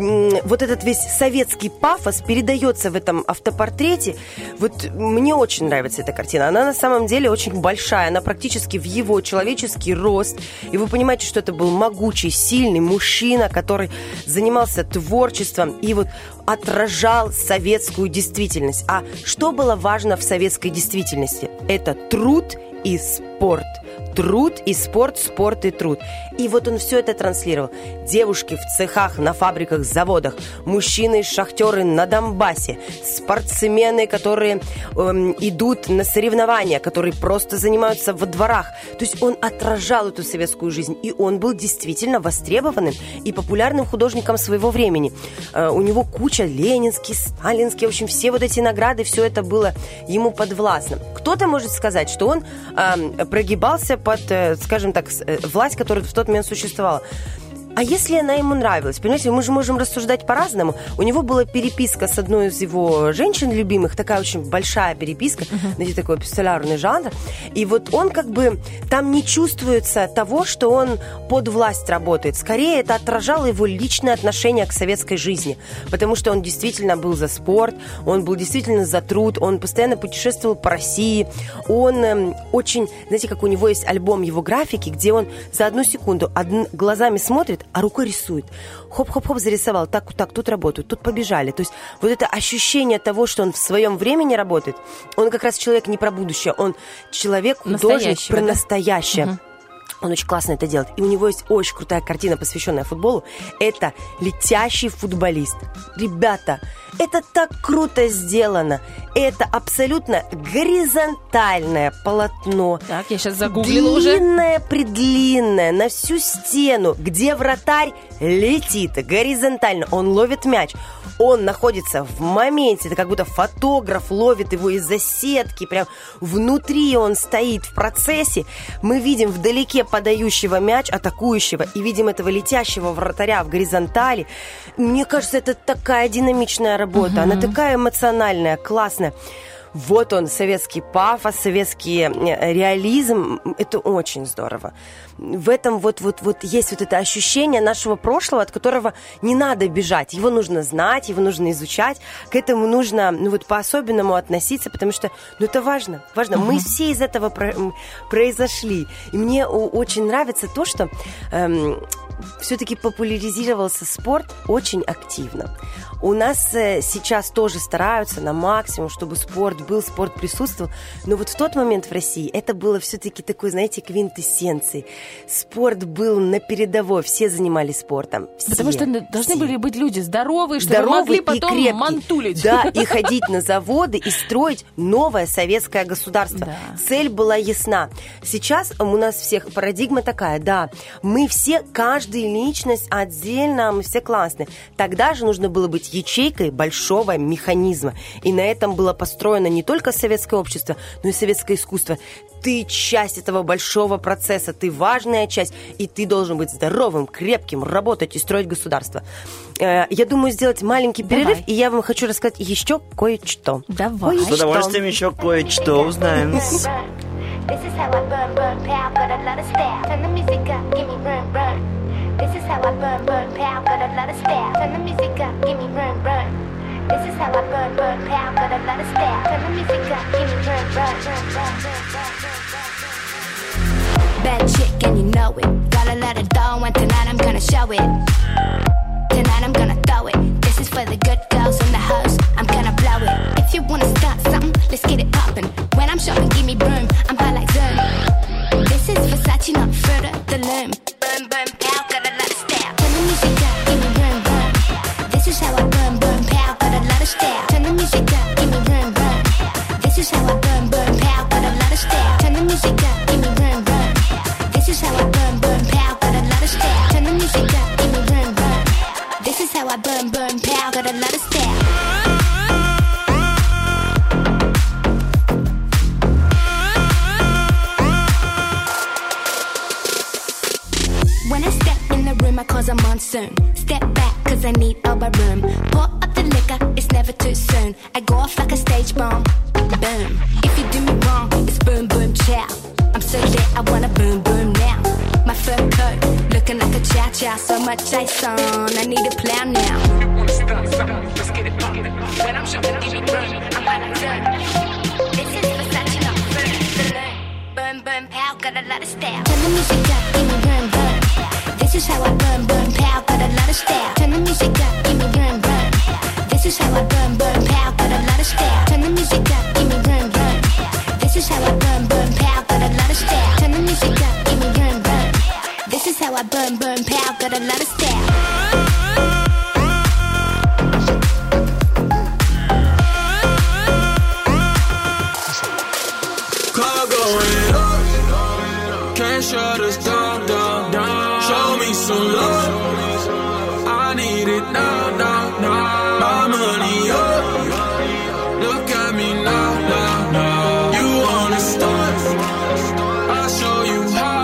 Вот этот весь советский пафос передается в этом автопортрете. Вот мне очень нравится эта картина. Она на самом деле очень большая, она практически в его человеческий рост. И вы понимаете, что это был могучий, сильный мужчина, который занимался творчеством и вот отражал советскую действительность. А что было важно в советской действительности? Это труд и спорт. Труд и спорт, спорт и труд. И вот он все это транслировал. Девушки в цехах, на фабриках, заводах, мужчины-шахтеры на Донбассе, спортсмены, которые идут на соревнования, которые просто занимаются во дворах. То есть он отражал эту советскую жизнь, и он был действительно востребованным и популярным художником своего времени. У него куча ленинские, сталинские, в общем, все вот эти награды, все это было ему подвластно. Кто-то может сказать, что он прогибался под, скажем так, власть, которая в тот момент существовала. А если она ему нравилась? Понимаете, мы же можем рассуждать по-разному. У него была переписка с одной из его женщин любимых, такая очень большая переписка, знаете, такой эпистолярный жанр. И вот он как бы, там не чувствуется того, что он под власть работает. Скорее, это отражало его личное отношение к советской жизни. Потому что он действительно был за спорт, он был действительно за труд, он постоянно путешествовал по России. Он очень, знаете, как у него есть альбом его графики, где он за одну секунду глазами смотрит, а рукой рисует. Хоп-хоп-хоп зарисовал. Так, тут работают, тут побежали. То есть вот это ощущение того, что он в своем времени работает, он как раз человек не про будущее, он человек, художник про настоящее. Он очень классно это делает. И у него есть очень крутая картина, посвященная футболу. Это «Летящий футболист». Ребята, это так круто сделано. Это абсолютно горизонтальное полотно. Так, я сейчас загуглила уже. Длинное-предлинное, на всю стену, где вратарь летит горизонтально. Он ловит мяч. Он находится в моменте. Это как будто фотограф ловит его из-за сетки. Прям внутри он стоит в процессе. Мы видим вдалеке подающего мяч, атакующего, и видим этого летящего вратаря в горизонтали. Мне кажется, это такая динамичная работа. Она такая эмоциональная, классная. Вот он, советский пафос, советский реализм. Это очень здорово. В этом вот есть вот это ощущение нашего прошлого, от которого не надо бежать. Его нужно знать, его нужно изучать. К этому нужно по-особенному относиться, потому что это важно. Важно. Мы все из этого произошли. И мне очень нравится то, что все-таки популяризировался спорт очень активно. У нас сейчас тоже стараются на максимум, чтобы спорт был, спорт присутствовал. Но вот в тот момент в России это было все-таки такой, знаете, квинтэссенцией. Спорт был на передовой, все занимались спортом. Потому что должны были быть люди здоровые, чтобы могли потом мантулить. Да, и ходить на заводы, и строить новое советское государство. Да. Цель была ясна. Сейчас у нас всех парадигма такая, да, мы все, каждая личность отдельно, мы все классные. Тогда же нужно было быть ячейкой большого механизма. И на этом было построено не только советское общество, но и советское искусство. Ты часть этого большого процесса, ты важная часть, и ты должен быть здоровым, крепким, работать и строить государство. Я думаю, сделать маленький перерыв, и я вам хочу рассказать еще кое-что. Давай. С удовольствием еще кое-что узнаем. This is how I burn, burn, pow, got a lot of style. Turn the music up, give me run, run. This is how I burn, burn, pow, got a lot of style. Turn the music up, give me run, run. This is how I burn, burn, pow, got a lot of style. Turn the music up, give me run, run, run, run, run, run. Bad chick and you know it. Got a lot of dough and tonight I'm gonna show it. Tonight I'm gonna throw it. This is for the good guys. music up, give me run, run. This is how I burn, burn, pow, got a lot of style. Turn the music up, give me run, run. This is how I burn, burn, pow, got a lot of style. Turn the music up, give me run, run. This is how I burn, burn, pow, got a lot of style. When I step in the room, I cause a monsoon. Step back, cause I need elbow room. Pour up the liquor, it's never too soon. I go off like a stage bomb. Boom. If you do me wrong, it's boom, boom, chow. I'm so lit, I wanna boom, boom now. My fur coat, looking like a chow-chow. So much ice on, I need a plow now. Let's get it poppin'. When I'm showing, give me run, I'm on a turn. This is Versace, not Burn. Burn, burn, pow, got a lot of style. Turn the music up, give me run, run. This is how I burn, burn, pow, got a lot of style. Turn the music up, give me run, run. This is how I burn, burn, pow, got a lot of style. Turn the music up, give me run, run. This is how I burn, burn, pow, got a lot of style. Turn the music up, give me run, run. This is how I burn, burn, pow, got a lot of style. Car going up, can't shut us down, down, down. Show me some love, I need it now, now, now. My money up, look at me now, now, now. You wanna start, I'll show you how.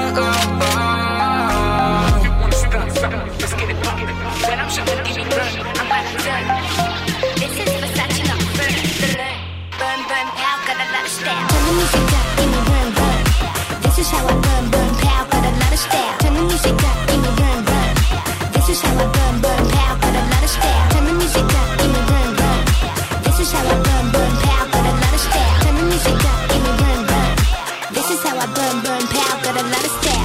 You wanna start, let's get it poppin'. When I'm showing, give me run, I'm out of turn. This is Versace, not Burn. Burn, burn, pow, got a lot of style. Turn the music up, give me run, run. This is how I burn, burn, pow, got a lot of style. Turn the music up, give me run, run. This is how I burn, burn, pow, got a lot of style. Turn the music up, give me run, run. This is how I burn, burn, pow, got a lot of style. Turn the music up, give me run, run. This is how I burn, burn, pow, got a lot of style.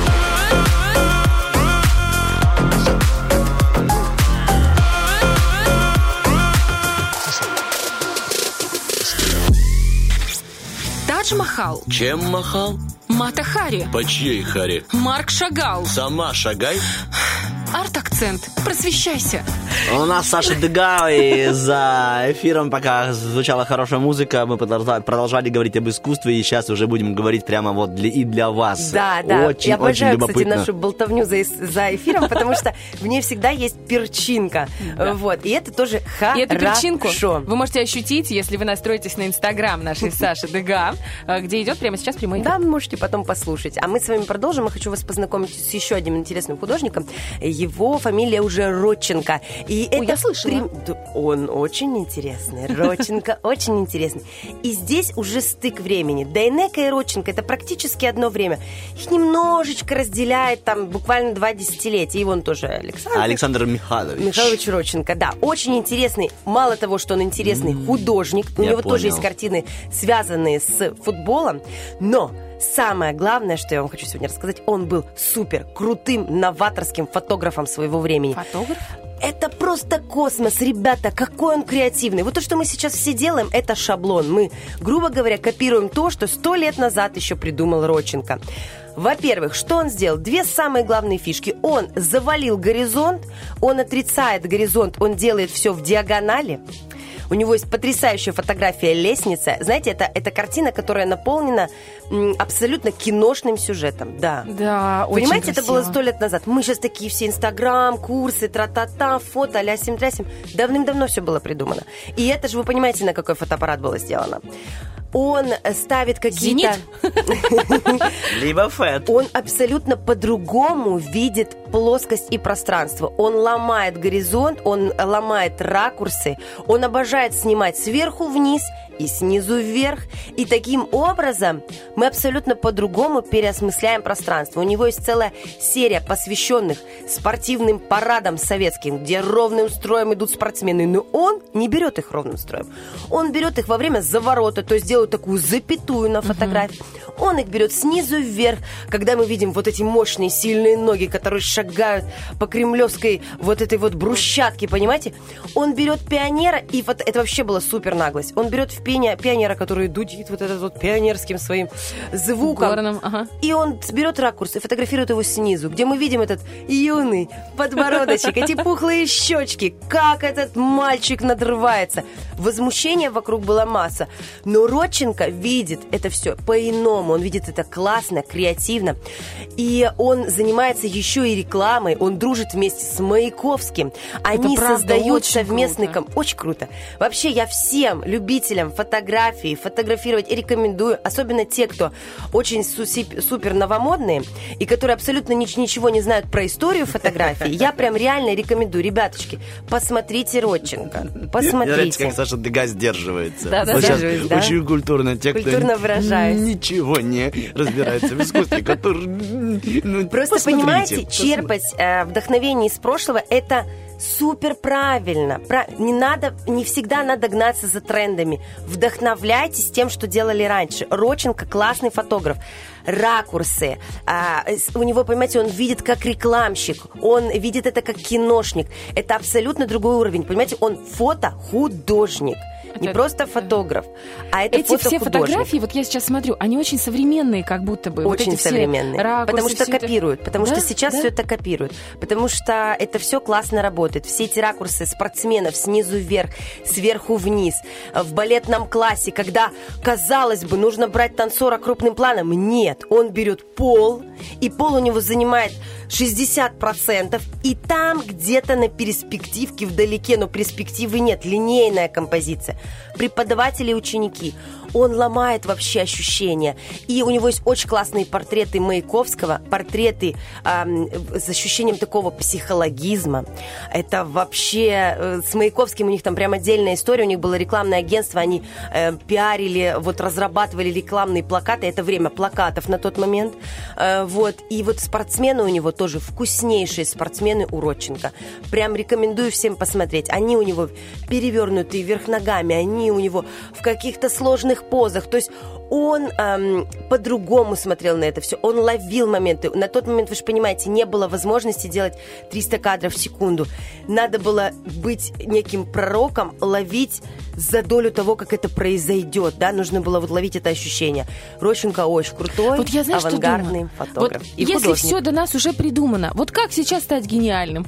Тадж Махал. Чем махал? Мата Хари. По чьей Хари? Марк Шагал. Сама шагай. Арт-акцент. Просвещайся. У нас Саша Дега, и за эфиром, пока звучала хорошая музыка, мы продолжали говорить об искусстве, и сейчас уже будем говорить прямо вот для вас. Да, да. Очень, я обожаю, очень кстати, любопытно. нашу болтовню за эфиром, потому что в ней всегда есть перчинка. Вот. И это тоже хорошо. И эту перчинку вы можете ощутить, если вы настроитесь на Инстаграм нашей Саши Дега, где идет прямо сейчас прямой эфир. Да, вы можете потом послушать. А мы с вами продолжим. Я хочу вас познакомить с еще одним интересным художником. Его фамилия уже Родченко. И Ой, я слышала. Он очень интересный. Родченко очень интересный. И здесь уже стык времени. Дайнеко и Родченко — это практически одно время. Их немножечко разделяет там буквально 2 десятилетия. И вон тоже Александр Михайлович Родченко, да. Очень интересный. Мало того, что он интересный художник, у него тоже есть картины, связанные с футболом, но самое главное, что я вам хочу сегодня рассказать, он был супер крутым, новаторским фотографом своего времени. Фотограф? Это просто космос, ребята, какой он креативный. Вот то, что мы сейчас все делаем, это шаблон. Мы, грубо говоря, копируем то, что 100 лет назад еще придумал Родченко. Во-первых, что он сделал? 2 самые главные фишки. Он завалил горизонт, он отрицает горизонт, он делает все в диагонали. У него есть потрясающая фотография «Лестница». Знаете, это картина, которая наполнена абсолютно киношным сюжетом. Да, да, очень понимаете, красиво. это было 100 лет назад. Мы сейчас такие все Инстаграм, курсы, тра-та-та, фото, ля-сим-трясим. Давным-давно все было придумано. И это же, вы понимаете, на какой фотоаппарат было сделано. Он ставит какие-то... Либо фэт. Он абсолютно по-другому видит плоскость и пространство. Он ломает горизонт, он ломает ракурсы, он обожает снимать сверху вниз и снизу вверх. И таким образом мы абсолютно по-другому переосмысляем пространство. У него есть целая серия, посвященных спортивным парадам советским, где ровным строем идут спортсмены. Но он не берет их ровным строем. Он берет их во время заворота, то есть делает такую запятую на фотографии. Он их берет снизу вверх, когда мы видим вот эти мощные, сильные ноги, которые шагают по кремлевской вот этой вот брусчатке, понимаете? Он берет пионера, и вот это вообще была супер наглость. Он берет в пионера, который дудит вот этот вот пионерским своим звуком. Горным, ага. И он берет ракурс и фотографирует его снизу, где мы видим этот юный подбородочек, эти пухлые щечки, как этот мальчик надрывается. Возмущения вокруг была масса. Но Родченко видит это все по-иному. Он видит это классно, креативно. И он занимается еще и рекламой. Он дружит вместе с Маяковским. Они создают совместный... Очень круто. Вообще, я всем любителям фотографии, фотографировать рекомендую. Особенно те, кто очень супер новомодные и которые абсолютно ничего не знают про историю фотографии. Я прям реально рекомендую. Ребяточки, посмотрите Родченко. Посмотрите. Как Саша Дега сдерживается. Да, сдерживаюсь, да. Очень культурно. Те, культурно кто выражаюсь. Ничего не разбирается в искусстве, который... Просто, понимаете, черпать вдохновение из прошлого – это супер правильно. Не всегда надо гнаться за трендами. Вдохновляйтесь тем, что делали раньше. Родченко классный фотограф. Ракурсы. У него, понимаете, он видит как рекламщик. Он видит это как киношник. Это абсолютно другой уровень. Понимаете, он фотохудожник. Не просто фотограф, а это эти все фотографии, вот я сейчас смотрю, они очень современные, как будто бы. Очень вот современные. Ракурсы, потому что копируют. Это... Потому что сейчас все это копируют. Потому что это все классно работает. Все эти ракурсы спортсменов снизу вверх, сверху вниз. В балетном классе, когда, казалось бы, нужно брать танцора крупным планом. Нет, он берет пол, и пол у него занимает 60%, и там где-то на перспективке вдалеке, но перспективы нет, линейная композиция. Преподаватели и ученики. Он ломает вообще ощущения. И у него есть очень классные портреты Маяковского, портреты с ощущением такого психологизма. Это вообще... С Маяковским у них там прям отдельная история. У них было рекламное агентство, они пиарили, вот разрабатывали рекламные плакаты. Это время плакатов на тот момент. Вот. И вот спортсмены у него тоже вкуснейшие спортсмены у Родченко. Прям рекомендую всем посмотреть. Они у него перевернутые вверх ногами, они у него в каких-то сложных позах. То есть он по-другому смотрел на это все. Он ловил моменты. На тот момент, вы же понимаете, не было возможности делать 300 кадров в секунду. Надо было быть неким пророком, ловить за долю того, как это произойдет. Да? Нужно было вот ловить это ощущение. Родченко очень крутой, вот я, знаешь, авангардный фотограф. Вот и если художник. все до нас уже придумано, вот как сейчас стать гениальным?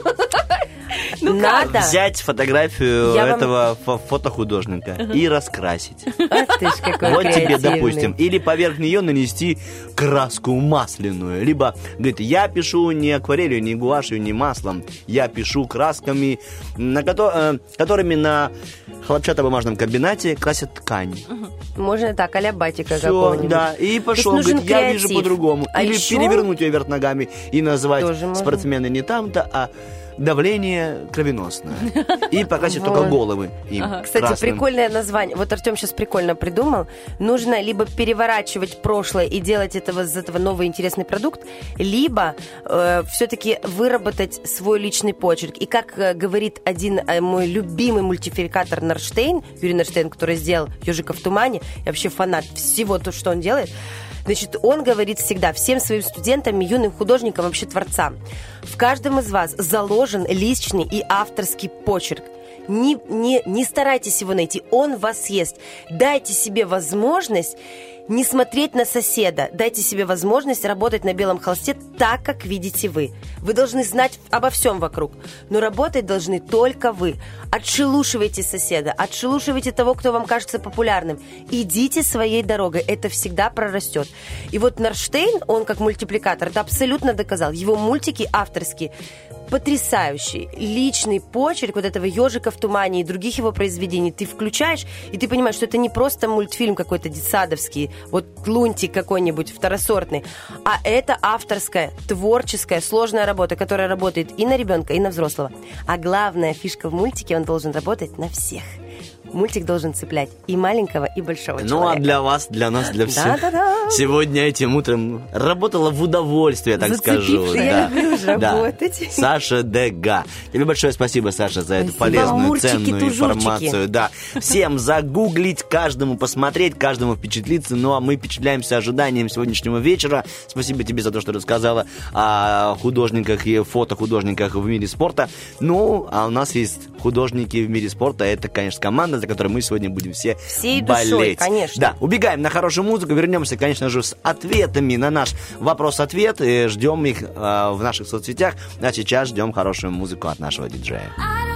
Надо взять фотографию этого фотохудожника и раскрасить. Вот тебе, допустим. Или поверх нее нанести краску масляную. Либо, говорит, я пишу не акварелью, не гуашью, не маслом. Я пишу красками, которыми на хлопчатобумажном комбинате красят ткань. Можно так, а-ля батика какого-нибудь. Да, и пошел, говорит, я вижу по-другому. Или еще... перевернуть ее вверх ногами и назвать спортсмены не там-то, а давление кровеносное. И покрасить только головы им. Кстати, красным. прикольное название. Вот Артем сейчас прикольно придумал. Нужно либо переворачивать прошлое и делать из этого новый интересный продукт, либо все-таки выработать свой личный почерк. И как говорит один мой любимый мультипликатор Норштейн, Юрий Норштейн, который сделал «Ежика в тумане», я вообще фанат всего того, что он делает. Значит, он говорит всегда всем своим студентам, юным художникам, вообще творцам: в каждом из вас заложен личный и авторский почерк. Не старайтесь его найти, он в вас есть. Дайте себе возможность не смотреть на соседа. Дайте себе возможность работать на белом холсте так, как видите вы. Вы должны знать обо всем вокруг, но работать должны только вы. Отшелушивайте соседа, отшелушивайте того, кто вам кажется популярным. Идите своей дорогой, это всегда прорастет. И вот Норштейн, он как мультипликатор, это абсолютно доказал. Его мультики авторские потрясающий личный почерк вот этого «Ежика в тумане» и других его произведений ты включаешь, и ты понимаешь, что это не просто мультфильм какой-то детсадовский, вот Лунтик какой-нибудь второсортный, а это авторская, творческая, сложная работа, которая работает и на ребенка, и на взрослого. А главная фишка в мультике, он должен работать на всех. Мультик должен цеплять и маленького, и большого человека. Ну, а для вас, для нас, для всех сегодня этим утром работала в удовольствие, так скажу. Я люблю уже работать. Саша Дега. Тебе большое спасибо, Саша, за эту полезную, ценную информацию. Да. Всем загуглить, каждому посмотреть, каждому впечатлиться. Ну, а мы впечатляемся ожиданием сегодняшнего вечера. Спасибо тебе за то, что рассказала о художниках и фотохудожниках в мире спорта. Ну, а у нас есть художники в мире спорта. Это, конечно, команда команда, за которой мы сегодня будем все Всей болеть. душой, конечно. Да, убегаем на хорошую музыку, вернемся, конечно же, с ответами на наш вопрос-ответ. И ждем их в наших соцсетях. А сейчас ждем хорошую музыку от нашего диджея.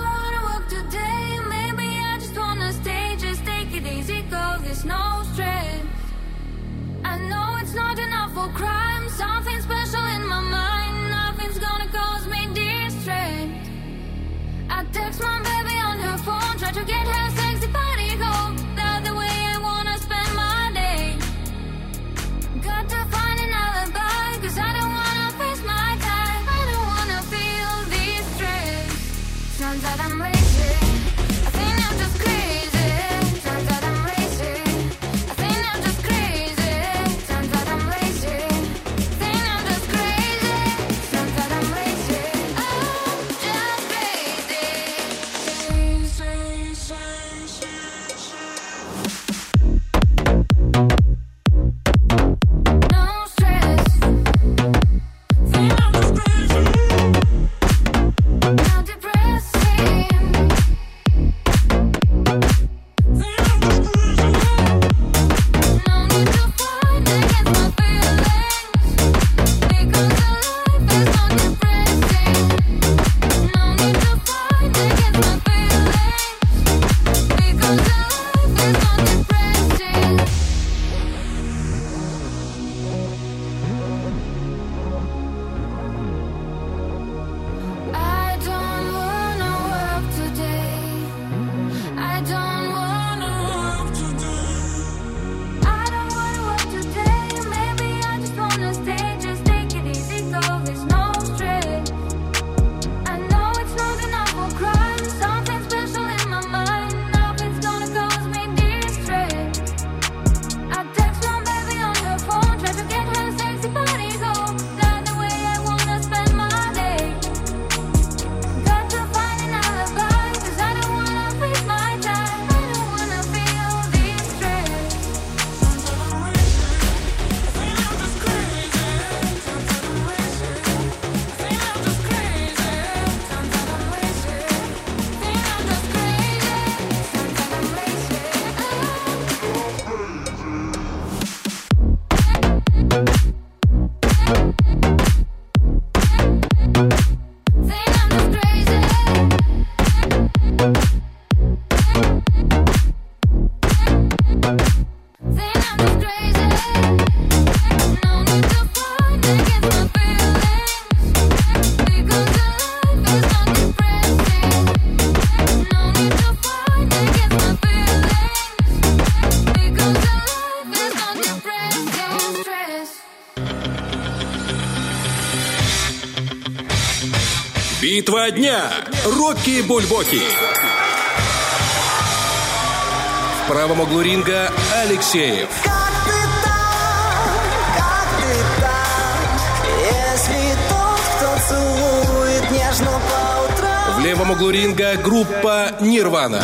Text my baby on her phone, try to get her sexy body home. That's the way I wanna spend my day. Got to find an alibi, 'cause I don't wanna waste my time. I don't wanna feel this stress. Turns out I'm lazy. I think I'm just crazy. Turns out I'm lazy. I think I'm just crazy. Turns out I'm lazy. Think I'm just crazy. Turns out I'm lazy. I'm just crazy. Битва дня. Рокки Бульбоки. В правом углу ринга Алексеев. В левом углу ринга группа Нирвана.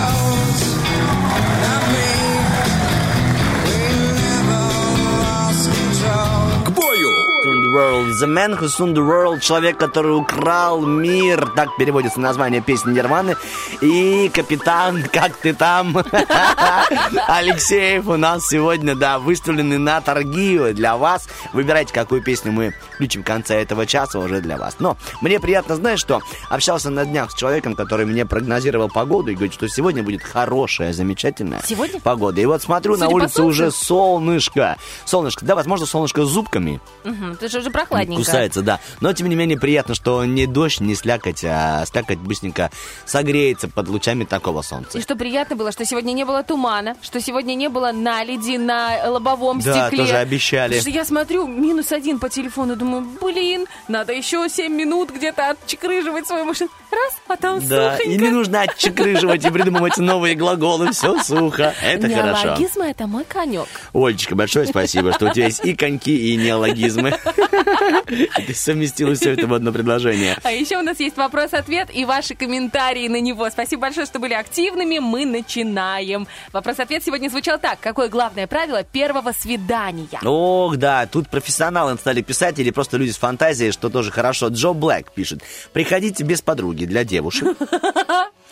К бою! The Man Who Sold the World, человек, который украл мир, так переводится название песни Нирваны. И капитан, как ты там? Алексеев у нас сегодня, да, выставлены на торги для вас. Выбирайте, какую песню мы включим в конце этого часа уже для вас. Но мне приятно, знаешь что? Общался на днях с человеком, который мне прогнозировал погоду и говорит, что сегодня будет хорошая, замечательная погода. И вот смотрю, на улице уже солнышко. Солнышко, да, возможно, солнышко с зубками. Это же уже прохладненько. Кусается, да. Но, тем не менее, приятно, что не дождь, не слякоть, а слякоть быстренько согреется под лучами такого солнца. И что приятно было, что сегодня не было тумана, что сегодня не было наледи на лобовом стекле. Да, тоже обещали. Потому что я смотрю, -1 по телефону, думаю, блин, надо еще 7 минут где-то отчекрыживать свою машину. Раз, а там да, сухонько. и не нужно отчекрыживать и придумывать новые глаголы. Все сухо. Это хорошо. Неологизмы — это мой конек. Олечка, большое спасибо, что у тебя есть и коньки, и неологизмы. Ты совместила все это в одно предложение. А еще у нас есть вопрос-ответ и ваши комментарии на него. Спасибо большое, что были активными. Мы начинаем. Вопрос-ответ сегодня звучал так. Какое главное правило первого свидания? Ох, да, тут профессионалы стали писать или просто люди с фантазией, что тоже хорошо. Джо Блэк пишет. Приходите без подруги для девушек.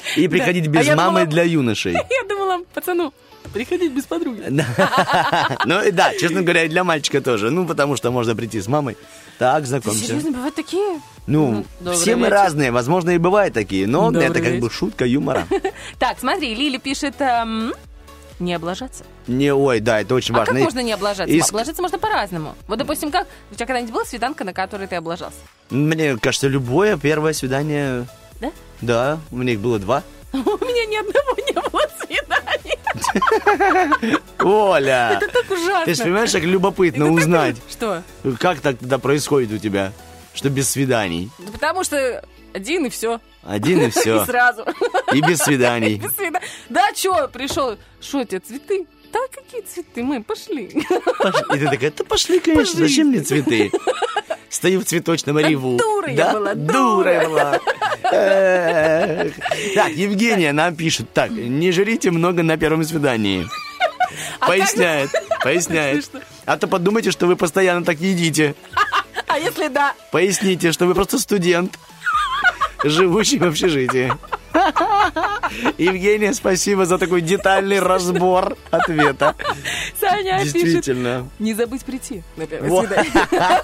И приходить Да. без А я мамы думала- для юношей. Я думала, пацану, приходить без подруги. Ну и да, честно говоря, и для мальчика тоже. Ну, потому что можно прийти с мамой. Так, знакомься. Серьезно, бывают такие? Ну, добрый все мы вечер. разные, возможно, и бывают такие, но Добрый это как бы вечер. шутка юмора. Так, смотри, Лили пишет, не облажаться. Не, ой, да, это очень А важно. как можно не облажаться? Иск- Облажаться можно по-разному. Вот, допустим, как у тебя когда-нибудь была свиданка, на которой ты облажался? Мне кажется, любое первое свидание... Да? Да, у меня их было 2. У меня ни одного не было свидания. Оля! Это так ужасно. Ты же понимаешь, как любопытно узнать, Что? как так тогда происходит у тебя, что без свиданий. Да потому что один и все. Один и все. И сразу. И без свиданий. Без свида- Да, чё, пришел? Что тебе, цветы? Да, какие цветы? Мы пошли. И ты такая, да пошли, конечно, зачем мне цветы? Стою в цветочном реву. дура я Да? была, Дура я была. Эх. Так, Евгения нам пишет, так, не жрите много на первом свидании. Поясняет. А то подумайте, что вы постоянно так едите. А если да? Поясните, что вы просто студент, живущий в общежитии. Евгения, спасибо за такой детальный разбор ответа. Саня пишет, Действительно. не забыть прийти на первое Вот. свидание.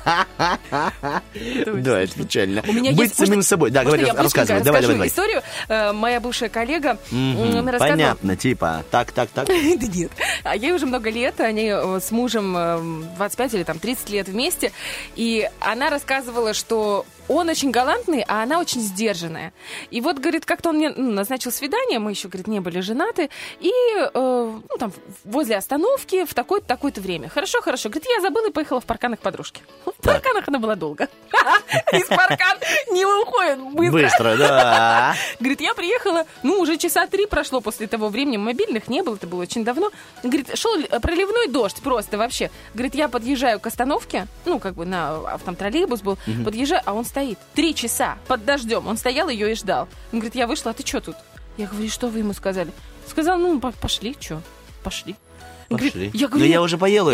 Да, это печально. У меня Быть есть- самим собой. Да, говори, Можно я быстренько рассказывай. Давай, расскажу давай. историю. Моя бывшая коллега Мгм, рассказывала... понятно, типа, так. Да нет. А ей уже много лет, они с мужем 25 или там 30 лет вместе, и она рассказывала, что он очень галантный, а она очень сдержанная. И вот, говорит, как-то он мне назначил свидание, мы еще, говорит, не были женаты, и там возле остановки в такое-то, такое-то время. Хорошо. Говорит, я забыла и поехала в парканах к подружке. В парканах она была долго. Из паркан не уходит быстро. Быстро, да. Говорит, я приехала, уже часа 3 прошло после того времени, мобильных не было, это было очень давно. Говорит, шел проливной дождь просто вообще. Говорит, я подъезжаю к остановке, там троллейбус был, подъезжаю, а он стоит 3 часа под дождем. Он стоял, ее и ждал. Он говорит, я вышла, а ты что тут? Я говорю, что вы ему сказали? Сказал, пошли, что? Пошли. Пошли. Я Но говорю, я уже поела,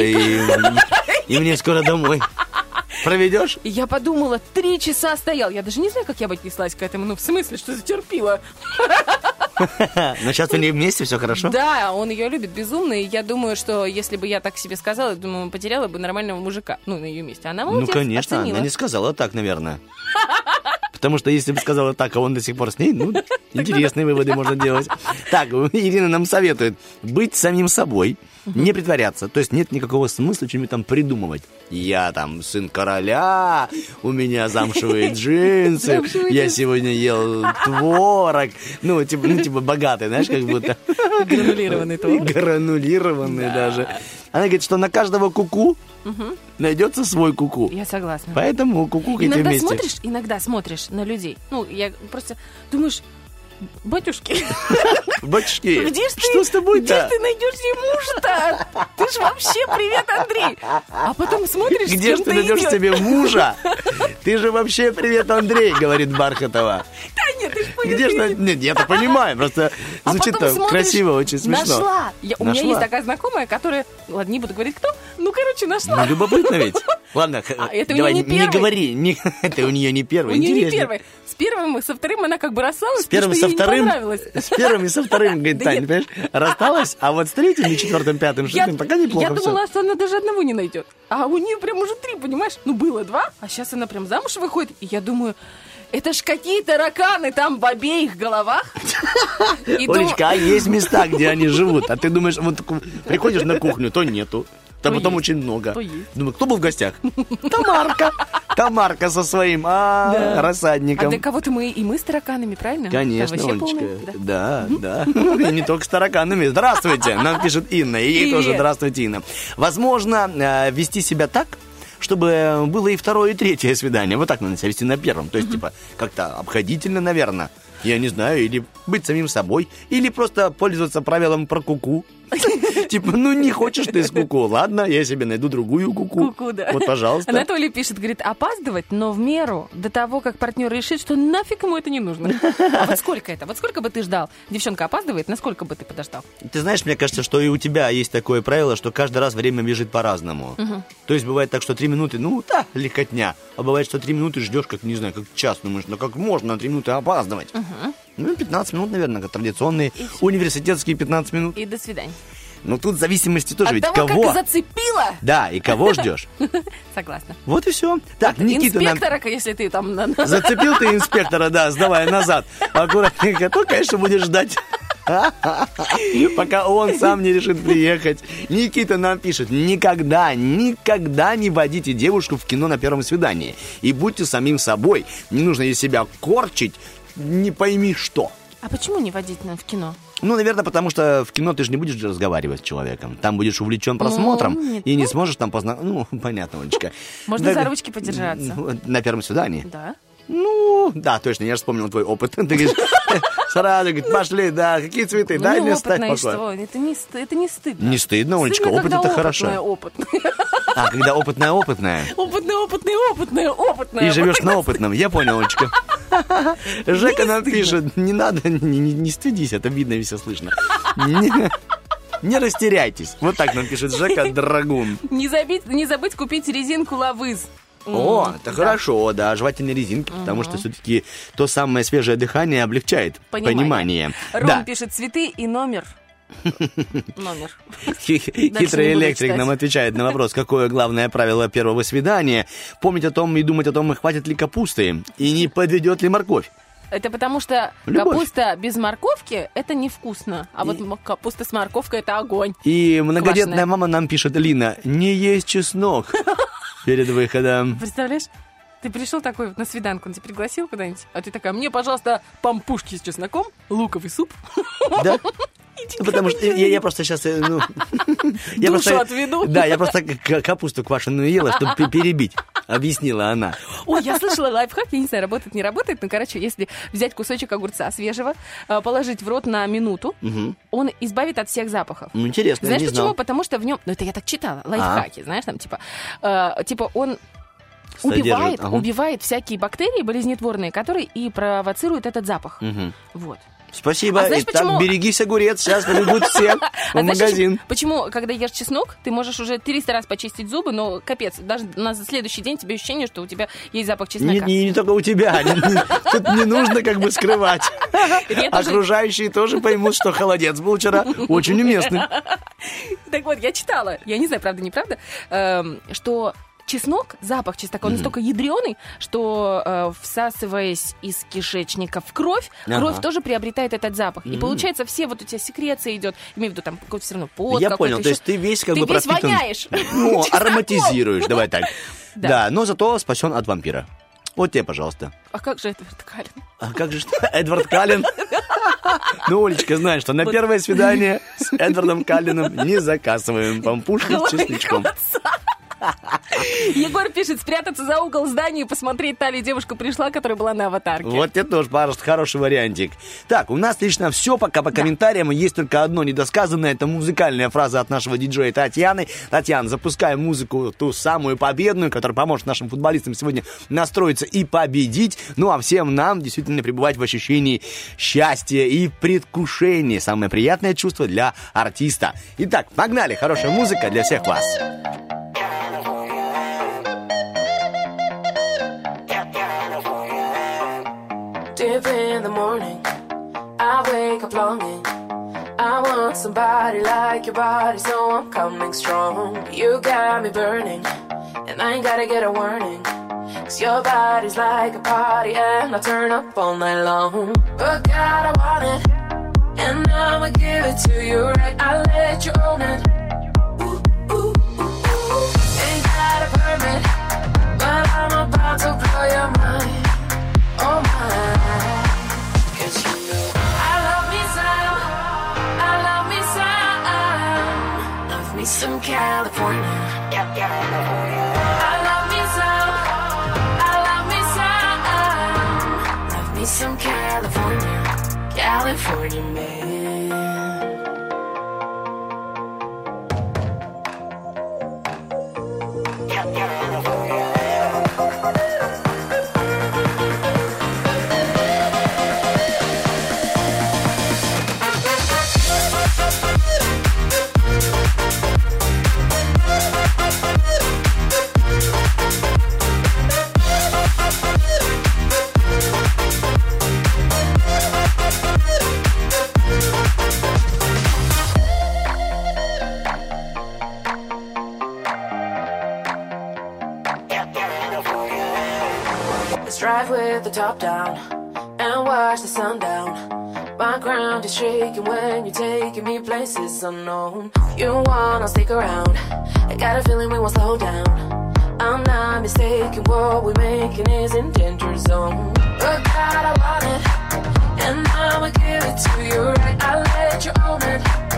и мне скоро домой. Проведешь? И я подумала, 3 часа стоял. Я даже не знаю, как я бы отнеслась к этому. В смысле, что затерпела? Но сейчас они вместе, все хорошо? Да, он ее любит безумно. И я думаю, что если бы я так себе сказала, думаю, потеряла бы нормального мужика. На ее месте. Она молодец, Конечно, оценила. она не сказала так, наверное. Потому что если бы сказала так, а он до сих пор с ней, интересные выводы можно делать. Так, Ирина нам советует быть самим собой, не притворяться. То есть нет никакого смысла что-нибудь там придумывать. Я там сын короля, у меня замшевые джинсы, я сегодня ел творог. Типа богатый, знаешь, как будто. Гранулированный творог. Гранулированный даже. Она говорит, что на каждого куку найдется свой куку. Я согласна. Поэтому кукукайте вместе. Иногда смотришь на людей. Я просто думаешь, батюшки, Батюшки, где ж что ты, с тобой-то? где ж ты найдешь ей мужа-то? Ты ж вообще привет, Андрей. А потом смотришь, с Где кем ж ты найдешь идёшь. себе мужа? Ты же вообще привет, Андрей, говорит Бархатова. Да нет, ты ж понял. Где ж Нет, я-то понимаю, просто А звучит потом смотришь, красиво, очень смешно. Нашла. У меня Нашла. есть такая знакомая, которая... Ладно, не буду говорить, кто. Нашла. Ну, любопытно ведь. Ладно, это у давай, неё не не первый. говори. Это у нее не первый. У нее не Интересно. первый. С первым и со вторым она как бы рассталась, С первым и потому со что ей не вторым, понравилось. с первым и со вторым, говорит, Да Таня, нет. понимаешь, рассталась, а вот с третьим и четвертым, пятым, шестым пока неплохо Я всё. думала, что она даже одного не найдет. А у нее прям уже 3, понимаешь? Было 2, а сейчас она прям замуж выходит. И я думаю, это ж какие тараканы там в обеих головах. И Олечка, а есть места, где они живут, а ты думаешь, вот приходишь на кухню, то нету. То потом есть, очень много. то есть. Думаю, кто был в гостях? Тамарка со своим А рассадником. для кого-то мы с тараканами, правильно? Конечно, Это вообще Олечка. полное, Да. И не только с тараканами. Здравствуйте, нам пишет Инна. И ей Привет. тоже здравствуйте, Инна. Возможно, вести себя так, чтобы было и второе, и третье свидание. Вот так надо себя вести на первом. То есть, как-то обходительно, наверное. Я не знаю, или быть самим собой, или просто пользоваться правилом про куку. Не хочешь ты с куку, ладно, я себе найду другую куку. Куку, да. Вот, пожалуйста. Анатолий пишет, говорит, опаздывать, но в меру до того, как партнер решит, что нафиг ему это не нужно. А вот сколько это? Вот сколько бы ты ждал? Девчонка опаздывает, насколько бы ты подождал? Ты знаешь, мне кажется, что и у тебя есть такое правило, что каждый раз время бежит по-разному. То есть бывает так, что 3 минуты, легкотня. А бывает, что 3 минуты ждешь, как, не знаю, как час. Думаешь, как можно на 3 минуты опаздывать? Ну, 15 минут, наверное, как традиционные университетские 15 минут. И до свидания. Ну, тут в зависимости тоже, От ведь того, кого... как зацепила. Да, и кого ждешь. Согласна. Вот и все. Так, Никита нам... Инспектора, если ты там... Зацепил ты инспектора, да, сдавай назад. Аккуратненько, то, конечно, будешь ждать. Пока он сам не решит приехать. Никита нам пишет: никогда не водите девушку в кино на первом свидании. И будьте самим собой. Не нужно из себя корчить, не пойми что. А почему не водить в кино? Ну, наверное, потому что в кино ты же не будешь разговаривать с человеком. Там будешь увлечен просмотром и не сможешь там познакомиться. Ну, понятно, Олечка. Можно за ручки подержаться. На первом свидании? Да. Ну, да, точно, я же вспомнил твой опыт. Ты говоришь, сразу, говорит, пошли, да, какие цветы, дай мне стать покой. Это не стыдно. Не стыдно, Олечка, опыт это хорошо. А, когда опытная. Опытная. И живешь на опытном, я понял, Олечка. Жека нам пишет: не надо, не стыдись, это видно и все слышно. Не растеряйтесь. Вот так нам пишет Жека Драгун. Не забыть купить резинку Лавыз. О, это хорошо, да, жевательные резинки, потому что все-таки то самое свежее дыхание облегчает понимание. Ром пишет: цветы и номер. Хитрый электрик нам отвечает на вопрос: какое главное правило первого свидания? Помнить о том и думать о том, хватит ли капусты и не подведет ли морковь. Это потому что капуста без морковки – это невкусно. А вот капуста с морковкой – это огонь. И многодетная мама нам пишет: Лина, не есть чеснок перед выходом. Представляешь? Ты пришел такой на свиданку, он тебя пригласил куда-нибудь, а ты такая: мне, пожалуйста, пампушки с чесноком, луковый суп. Да? Потому что я просто сейчас... Душу отведу. Да, я просто капусту квашеную ела, чтобы перебить, объяснила она. Ой, я слышала лайфхак, я не знаю, работает, не работает, но, короче, если взять кусочек огурца свежего, положить в рот на минуту, он избавит от всех запахов. Интересно, знаешь я не почему? знал. Потому что в нем... Ну, это я так читала, лайфхаки, знаешь, там, типа он... Убивает всякие бактерии болезнетворные, которые и провоцируют этот запах. Вот. Спасибо. А знаешь, почему... берегись, огурец, сейчас придут все в магазин. Почему, когда ешь чеснок, ты можешь уже 300 раз почистить зубы, но капец, даже на следующий день тебе ощущение, что у тебя есть запах чеснока. Не только у тебя. Тут не нужно как бы скрывать. Окружающие тоже поймут, что холодец был вчера очень уместный. Так вот, я читала, я не знаю, правда, неправда, что... Чеснок, запах чеснока, он настолько ядреный, что всасываясь из кишечника в кровь, кровь тоже приобретает этот запах. И получается, все вот у тебя секреция идет, имею в виду там какой-то все равно пот. Я понял, то есть ты весь как бы пропитан... Ты весь воняешь. Ну, ароматизируешь, давай так. Да, но зато спасен от вампира. Вот тебе, пожалуйста. А как же Эдвард Каллен? А как же Эдвард Каллен? Ну, Олечка знает, что на первое свидание с Эдвардом Калленом не заказываем пампушки с чесночком. Егор пишет: спрятаться за угол здания и посмотреть, та ли девушка пришла, которая была на аватарке. Вот это тоже, пожалуйста, хороший вариантик. Так, у нас лично все пока по комментариям. Есть только одно недосказанное. Это музыкальная фраза от нашего диджея Татьяны. Татьяна, запускаем музыку, ту самую победную, которая поможет нашим футболистам сегодня настроиться и победить. Ну, а всем нам действительно пребывать в ощущении счастья и предвкушения. Самое приятное чувство для артиста. Итак, погнали. Хорошая музыка для всех вас. Deep in the morning, I wake up longing. I want somebody like your body, so I'm coming strong. You got me burning, and I ain't gotta get a warning. 'Cause your body's like a party, and I turn up all night long. But God, I want it, and I'ma give it to you right. I'll let you own it. Ooh, ooh, ooh. Ain't got a permit, but I'm about to blow your mind. Oh my, 'cause you know I love me some love me some California. I love me some California, California man. drive with the top down and watch the sun down. My ground is shaking when you're taking me places unknown. You wanna stick around, I got a feeling we won't slow down. I'm not mistaken, what we're making is in danger zone. But God, I want it, and I'ma give it to you right. I'll let you own it.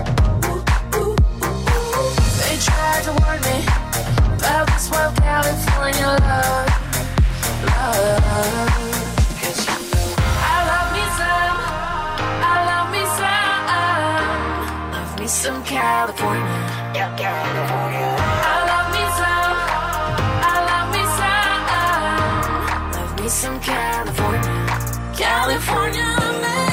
They tried to warn me about this wild California love. Cause I love me some, love me some California. I love me some, love me some California. California, man.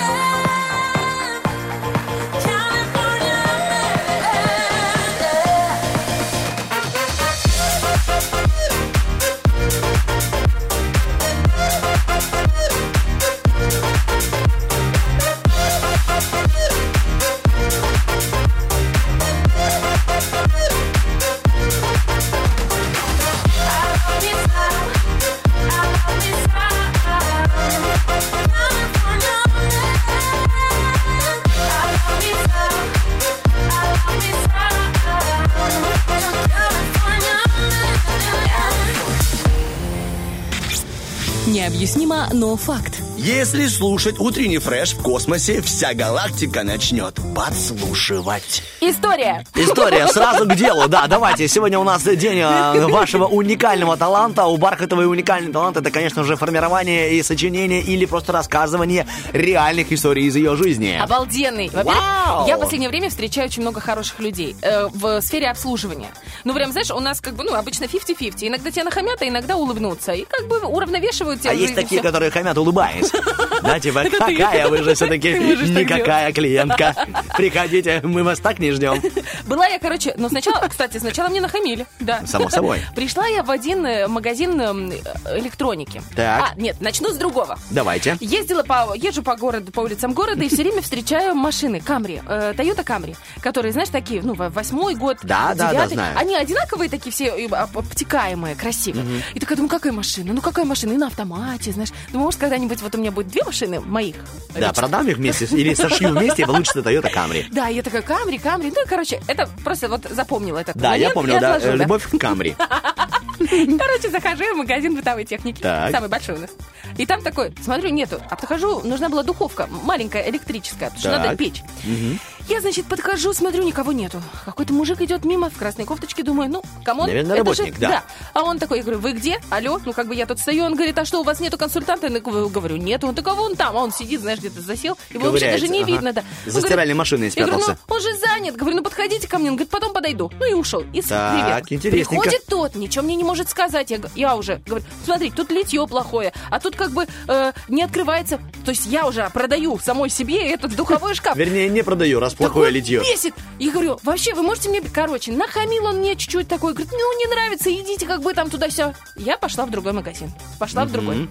Необъяснимо, но факт. Если слушать утренний фреш, в космосе вся галактика начнет подслушивать. История. История, сразу к делу, да, давайте. Сегодня у нас день вашего уникального таланта. У Бархатовой уникальный талант — это, конечно же, формирование и сочинение или просто рассказывание реальных историй из ее жизни. Обалденный. Во-первых, Вау! я в последнее время встречаю очень много хороших людей в сфере обслуживания. Ну, прям, знаешь, у нас как бы, обычно 50-50. Иногда тебя нахамят, а иногда улыбнутся. И как бы уравновешивают тебя. А есть такие, которые хамят, улыбаясь. Да, типа, какая вы же все-таки никакая клиентка. Приходите, мы вас так не ждем. Была я, короче, сначала мне нахамили. Да. Само собой. Пришла я в один магазин электроники. Так. Нет, начну с другого. Давайте. Езжу по городу, по улицам города и все время встречаю машины Camry, Toyota Camry, которые, знаешь, такие, 8-й год, 9-й. Да, знаю. Они одинаковые такие все, обтекаемые, красивые. И такая думаю, какая машина? Какая машина? И на автомате, знаешь. Думаю, может, когда-нибудь вот у меня будет 2 машины моих. Да, продам их вместе или сошью вместе, и получится Toyota Camry. Да, я такая, Camry. Ну, короче, это просто вот запомнила этот Да, момент. я помню, да, отложила. любовь к Camry. Короче, захожу в магазин бытовой техники. Так. Самый большой у нас. И там такой, смотрю, нету. А подхожу, нужна была духовка, маленькая, электрическая, потому что Так. надо печь. Мгм. Я, значит, подхожу, смотрю, никого нету. Какой-то мужик идет мимо в красной кофточке, думаю, камон. Наверное, это работник, же- да. А он такой, я говорю, вы где? Алло, я тут стою. Он говорит, а что, у вас нету консультанта? Я говорю, нету. Он такой, вон там. А он сидит, знаешь, где-то засел. Его вообще даже не Ковыряется, видно, да. За Он стиральной машиной я говорю, спрятался. он же занят. Говорю, подходите ко мне. Он говорит, потом подойду. И ушел. И Так, привет. интересненько. Приходит тот, ничего мне не может сказать. Я уже говорю, смотри, тут литье плохое, а тут как бы не открывается. То есть я уже продаю самой себе этот духовой шкаф. Вернее, не продаю, раз плохое Такой литье. бесит. Я говорю, вообще, вы можете мне... Короче, нахамил он мне чуть-чуть такой. Говорит, не нравится, идите как бы там туда-сё. Я пошла в другой магазин. Пошла в другой.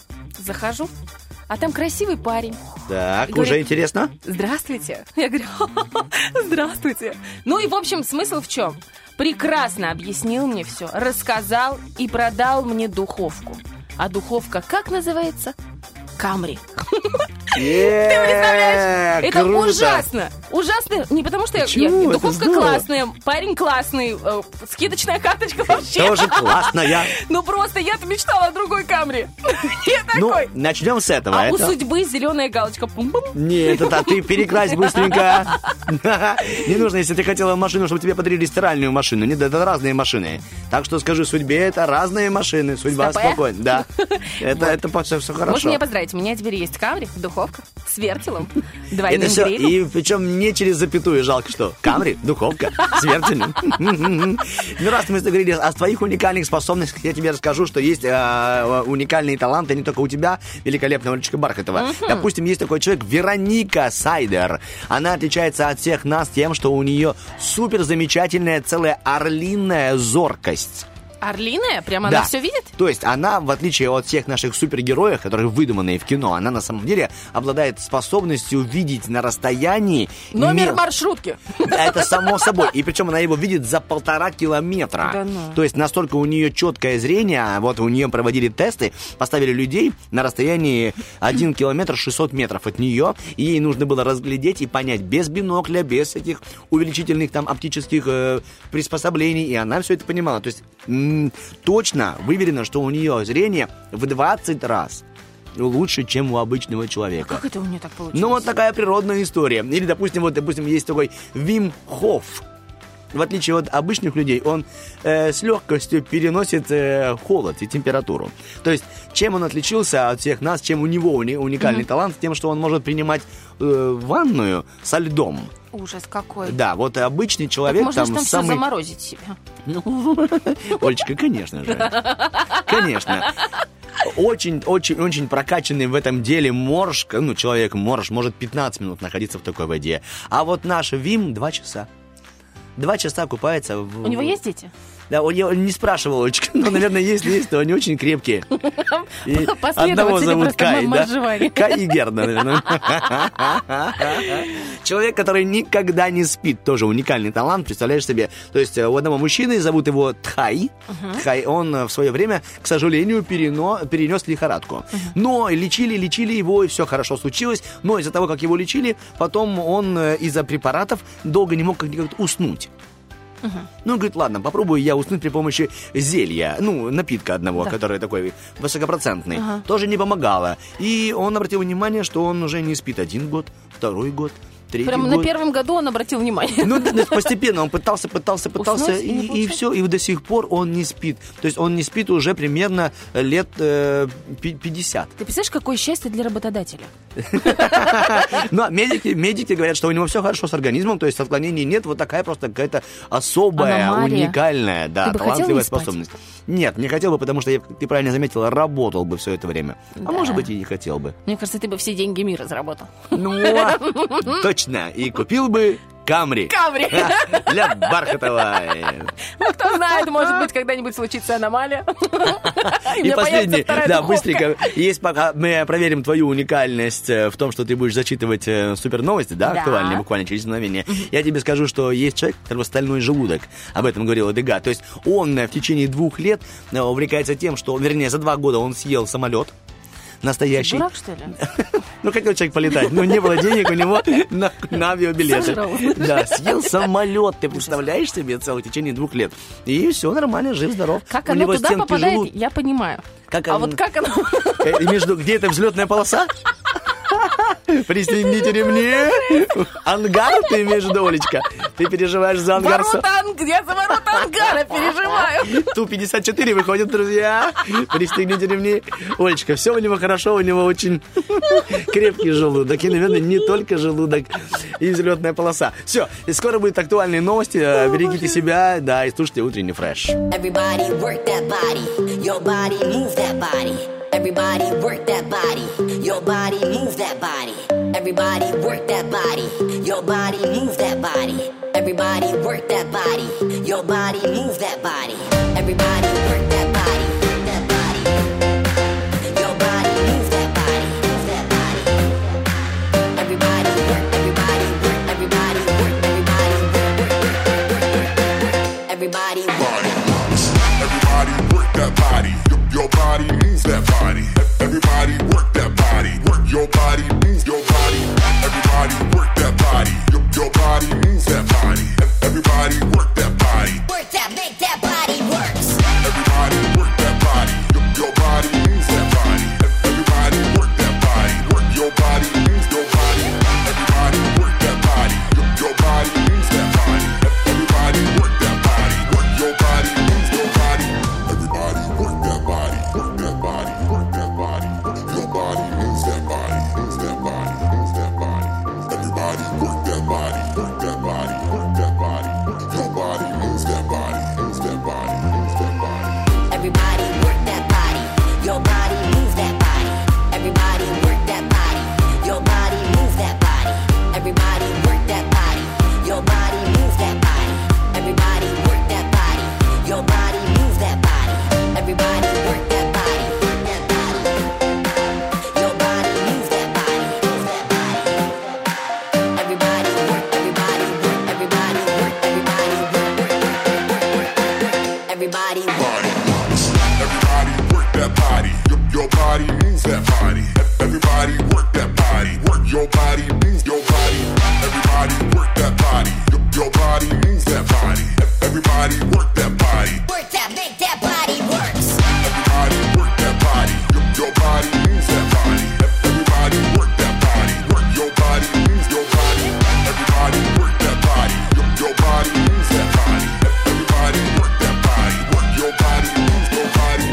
Захожу, а там красивый парень. Так, Говорит, уже интересно? Здравствуйте. Я говорю, здравствуйте. Ну и, в общем, смысл в чем? Прекрасно объяснил мне все, рассказал и продал мне духовку. А духовка как называется? Camry. Ты представляешь? Это круто. ужасно. Ужасно. Не потому что Почему? Это духовка здорово. классная, парень классный, скидочная карточка вообще. Тоже классная. Ну просто я-то мечтала о другой Camry. Я Ну, такой. начнем с этого. А у Это- судьбы зеленая галочка. Пум-пум. Нет, это ты перекрась быстренько. Не нужно, если ты хотела машину, чтобы тебе подарили стиральную машину. Нет, это разные машины. Так что скажи судьбе, это разные машины. Судьба Стопэ. спокойно. Да. Это все Можешь хорошо. меня поздравить, у меня теперь есть Camry, духовка с вертелом, Это двойным все, грилем. и причем не через запятую, жалко что. Камри, духовка, с вертелем. Ну, раз мы заговорили о твоих уникальных способностях, я тебе расскажу, что есть уникальные таланты не только у тебя, великолепного Олечка Бархатова. Допустим, есть такой человек, Вероника Сайдер. Она отличается от всех нас тем, что у нее супер замечательная целая орлиная зоркость. Орлиная? Прямо Да. она все видит? То есть она, в отличие от всех наших супергероев, которые выдуманные в кино, она на самом деле обладает способностью видеть на расстоянии... Номер маршрутки. Это само собой. И причем она его видит за 1,5 километра. Да ну. То есть настолько у нее четкое зрение. Вот у нее проводили тесты, поставили людей на расстоянии 1 километр 600 метров от нее. И ей нужно было разглядеть и понять без бинокля, без этих увеличительных там оптических приспособлений. И она все это понимала. То есть точно выверено, что у нее зрение в 20 раз лучше, чем у обычного человека. Как это у нее так получилось? Ну, вот такая природная история. Или, допустим, есть такой Вим Хоф. В отличие от обычных людей, он с легкостью переносит холод и температуру. То есть, чем он отличился от всех нас, чем у него уникальный талант, тем, что он может принимать ванную со льдом. Ужас какой. Да, вот обычный человек можно там там самый... все заморозить себя. Олечка, конечно же. Конечно. Очень прокачанный в этом деле морж, человек-морж может 15 минут находиться в такой воде. А вот наш Вим 2 часа. 2 часа купается в... У него есть дети? Да, я не спрашивал, Олечка, но, наверное, если есть, то они очень крепкие. И одного зовут Кай, да? Кай и Герда, наверное. Человек, который никогда не спит, тоже уникальный талант, представляешь себе. То есть у одного мужчины, зовут его Тхай. Тхай, он в свое время, к сожалению, перенес лихорадку. Но лечили его, и все хорошо случилось. Но из-за того, как его лечили, потом он из-за препаратов долго не мог как-то уснуть. Ну, говорит, ладно, попробую я уснуть при помощи зелья, напитка одного, который такой высокопроцентный. Тоже не помогало. И он обратил внимание, что он уже не спит 1 год, 2 год, 3 год. Прямо на первом году он обратил внимание. Ну, постепенно он пытался, Уснуть, и все, и до сих пор он не спит. То есть он не спит уже примерно лет 50. Ты представляешь, какое счастье для работодателя? Но медики говорят, что у него все хорошо с организмом, то есть отклонений нет, вот такая просто какая-то особая, аномалия. Уникальная, да, Ты бы хотел талантливая не спать? способность. Нет, не хотел бы, потому что, ты правильно заметила, работал бы все это время. А может быть, и не хотел бы. Мне кажется, ты бы все деньги мира заработал. Точно, и купил бы Камри. Для Бархатова. Ну, кто знает, может быть, когда-нибудь случится аномалия. И последний, да, быстренько. Есть пока мы проверим твою уникальность в том, что ты будешь зачитывать супер новости, да, актуальные, буквально через мгновение. Я тебе скажу, что есть человек, у которого стальной желудок. Об этом говорила Дега. То есть он в течение 2 лет увлекается тем, что, вернее, за 2 года он съел самолет. Настоящий. Ты дурак, что ли? Ну, хотел человек полетать, но не было денег у него на авиабилеты. Да, съел самолет, ты представляешь себе, целое в течение 2 лет. И все нормально, жив-здоров. Как оно туда попадает, я понимаю. Вот как оно... Где эта взлетная полоса? Пристегните ремни. Ангар ты имеешь, Олечка? Ты переживаешь за ангар? Я за ворота ангара переживаю. Ту-54 выходит, друзья. Пристегните ремни. Олечка, все у него хорошо, у него очень крепкий желудок. И, наверное, не только желудок и взлетная полоса. Все, скоро будут актуальные новости. Берегите себя, да, и слушайте утренний фреш. Everybody work that body, your body move that body. Everybody work that body, your body move that body. Everybody work that body, your body move that body. Everybody work that body, your body move that body. Everybody work that body, that body. Your body move that body, move that body. Everybody work, everybody work, everybody work, everybody work, everybody work. Everybody work that body. Your body move that body. Everybody work that body. Work your body, move your body. Everybody work that body. Your body move that body. Everybody work that body. Work that, make that body works. Everybody work that body. Your body move that body. Everybody work that body. Work your body, move your body. Everybody work that body. Your body move that body. Everybody work that body. Work your body, move your body. Everybody work that body. Work that body. Work that body. your body, move that body. Everybody work that body. Work your body, move your body. Everybody work that body. Your body, move that body. Everybody work that body. Work that, make that body works. Everybody work that body. Your body, move that body. Everybody work that body. Work your body, move your body. Everybody work that body. Your body, move that body. Everybody work that body. Work your body, move your body.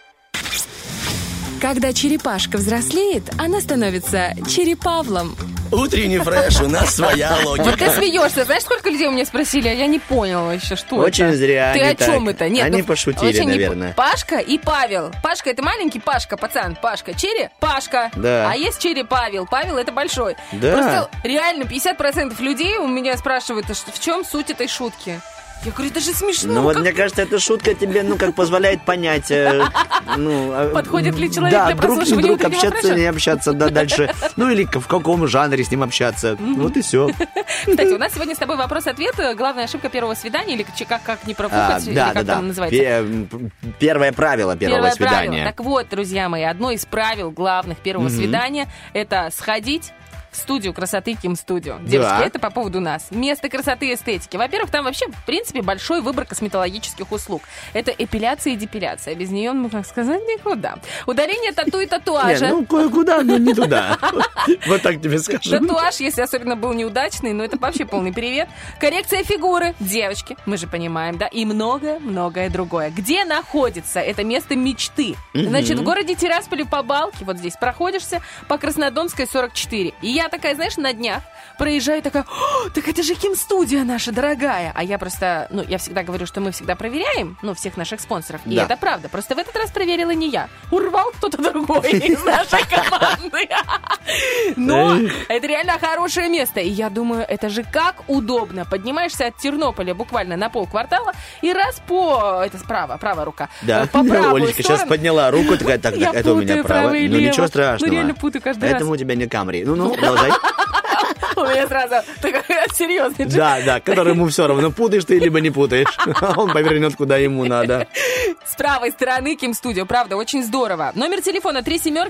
Когда черепашка взрослеет, она становится черепавлом. Утренний фреш, у нас своя Вот ты логика. смеешься. Знаешь, сколько людей у меня спросили? Я не поняла еще, что Очень это. зря Ты они о чем так. это? Нет, Они ну, пошутили, вообще не наверное. Пашка и Павел. Пашка — это маленький Пашка, пацан. Пашка. Чере — Пашка. Да. А есть Чере Павел. Павел — это большой. Да. Просто реально 50% людей у меня спрашивают, а в чем суть этой шутки? Я говорю, это же смешно. Ну вот, как- мне кажется, эта шутка тебе, как позволяет понять... Подходит ли человек да, для друг прослушивания друг утреннего общаться, фреша? не общаться, да, дальше. Ну или в каком жанре с ним общаться. Вот и все. Кстати, у нас сегодня с тобой вопрос-ответ. Главная ошибка первого свидания, или как не профукать, или как там называется? Первое правило первого Первое правило. свидания. Так вот, друзья мои, одно из правил главных первого свидания – это сходить в студию красоты Ким Студио. Девушки, это по поводу нас. Место красоты и эстетики. Во-первых, там вообще, в принципе, большой выбор косметологических услуг. Это эпиляция и депиляция. Без нее, ну, как сказать, никуда. Удаление тату и татуажа. Не, ну кое-куда, но не туда. Вот так тебе скажу. Татуаж, если особенно был неудачный, но это вообще полный привет. Коррекция фигуры, девочки, мы же понимаем, да, и многое другое. Где находится это место мечты? Значит, в городе Тирасполе по Балке, вот здесь проходишься, по Краснодонской 44. И я такая, знаешь, на днях проезжаю, такая, так это же Ким-студия наша дорогая. А я просто, я всегда говорю, что мы всегда проверяем, всех наших спонсоров. И Да. это правда. Просто в этот раз проверила не я. Урвал кто-то другой из нашей команды. Но это реально хорошее место. И я думаю, это же как удобно. Поднимаешься от Тернополя буквально на полквартала и раз это справа, правая рука. Да, По правую Олечка сейчас сторону. подняла руку, такая, так, Я это у меня путаю право. право и Ну лево. ничего страшного. Ну, реально путаю каждый раз. Поэтому у тебя не Камри. Ну, продолжай. У меня сразу такой серьезный джип. Да, который ему все равно, путаешь ты, либо не путаешь. Он повернет, куда ему надо. С правой стороны Ким Студио. Правда, очень здорово. Номер телефона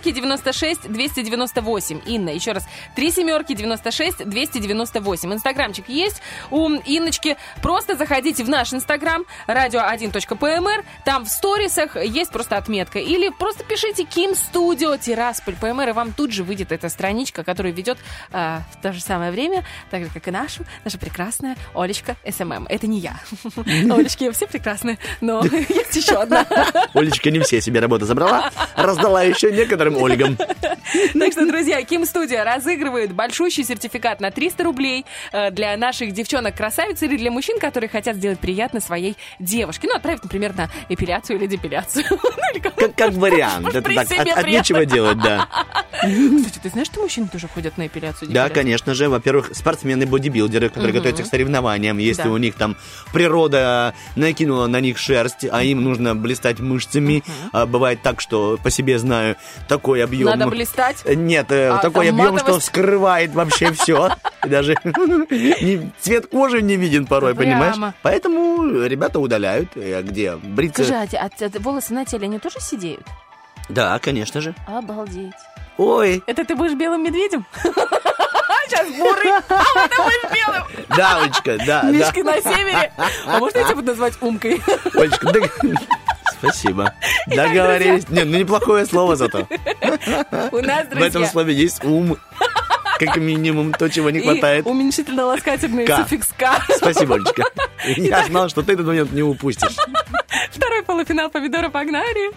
3-96-298. Инна, еще раз. 3-96-298. Инстаграмчик есть у Инночки. Просто заходите в наш инстаграм radio1.pmr. Там в сторисах есть просто отметка. Или просто пишите Ким Студио Тирасполь ПМР, и вам тут же выйдет эта страничка, которая ведет в то же самое время, так же, как и наша прекрасная Олечка СММ. Это не я. Олечки все прекрасные, но есть еще одна. Олечка не все себе работу забрала, раздала еще некоторым Ольгам. Так что, друзья, Ким Студио разыгрывает большущий сертификат на 300 рублей для наших девчонок-красавиц или для мужчин, которые хотят сделать приятно своей девушке. Отправить, например, на эпиляцию или депиляцию. Как вариант. Это При так, себе от нечего делать, да. Кстати, ты знаешь, что мужчины тоже ходят на эпиляцию? Да, депиляцию? конечно же. Во-первых, спортсмены-бодибилдеры, которые готовятся к соревнованиям. Если Да. у них там природа накинула на них шерсть, а им нужно блистать мышцами. Бывает так, что по себе знаю такой объем. Надо блистать? Нет, такой там объем, что матовость? скрывает вообще все. Даже цвет кожи не виден порой, Прямо. понимаешь? Поэтому ребята удаляют. Где? Бриться? Скажи, а волосы на теле, они тоже сидеют? Да, конечно же. Обалдеть. Ой. Это ты будешь белым медведем? Сейчас бурый, а потом будешь белым. Да, Олечка, да. Мишка на севере. А можно я тебя буду называть Умкой? Олечка, спасибо. Договорились. Нет, неплохое слово зато. У нас, В этом друзья, слове есть ум. Как минимум, то, чего не и хватает. уменьшительно-ласкательный К. суффикс «к». Спасибо, Олечка. Я знал, что ты этот момент не упустишь. Второй полуфинал помидора, погнали.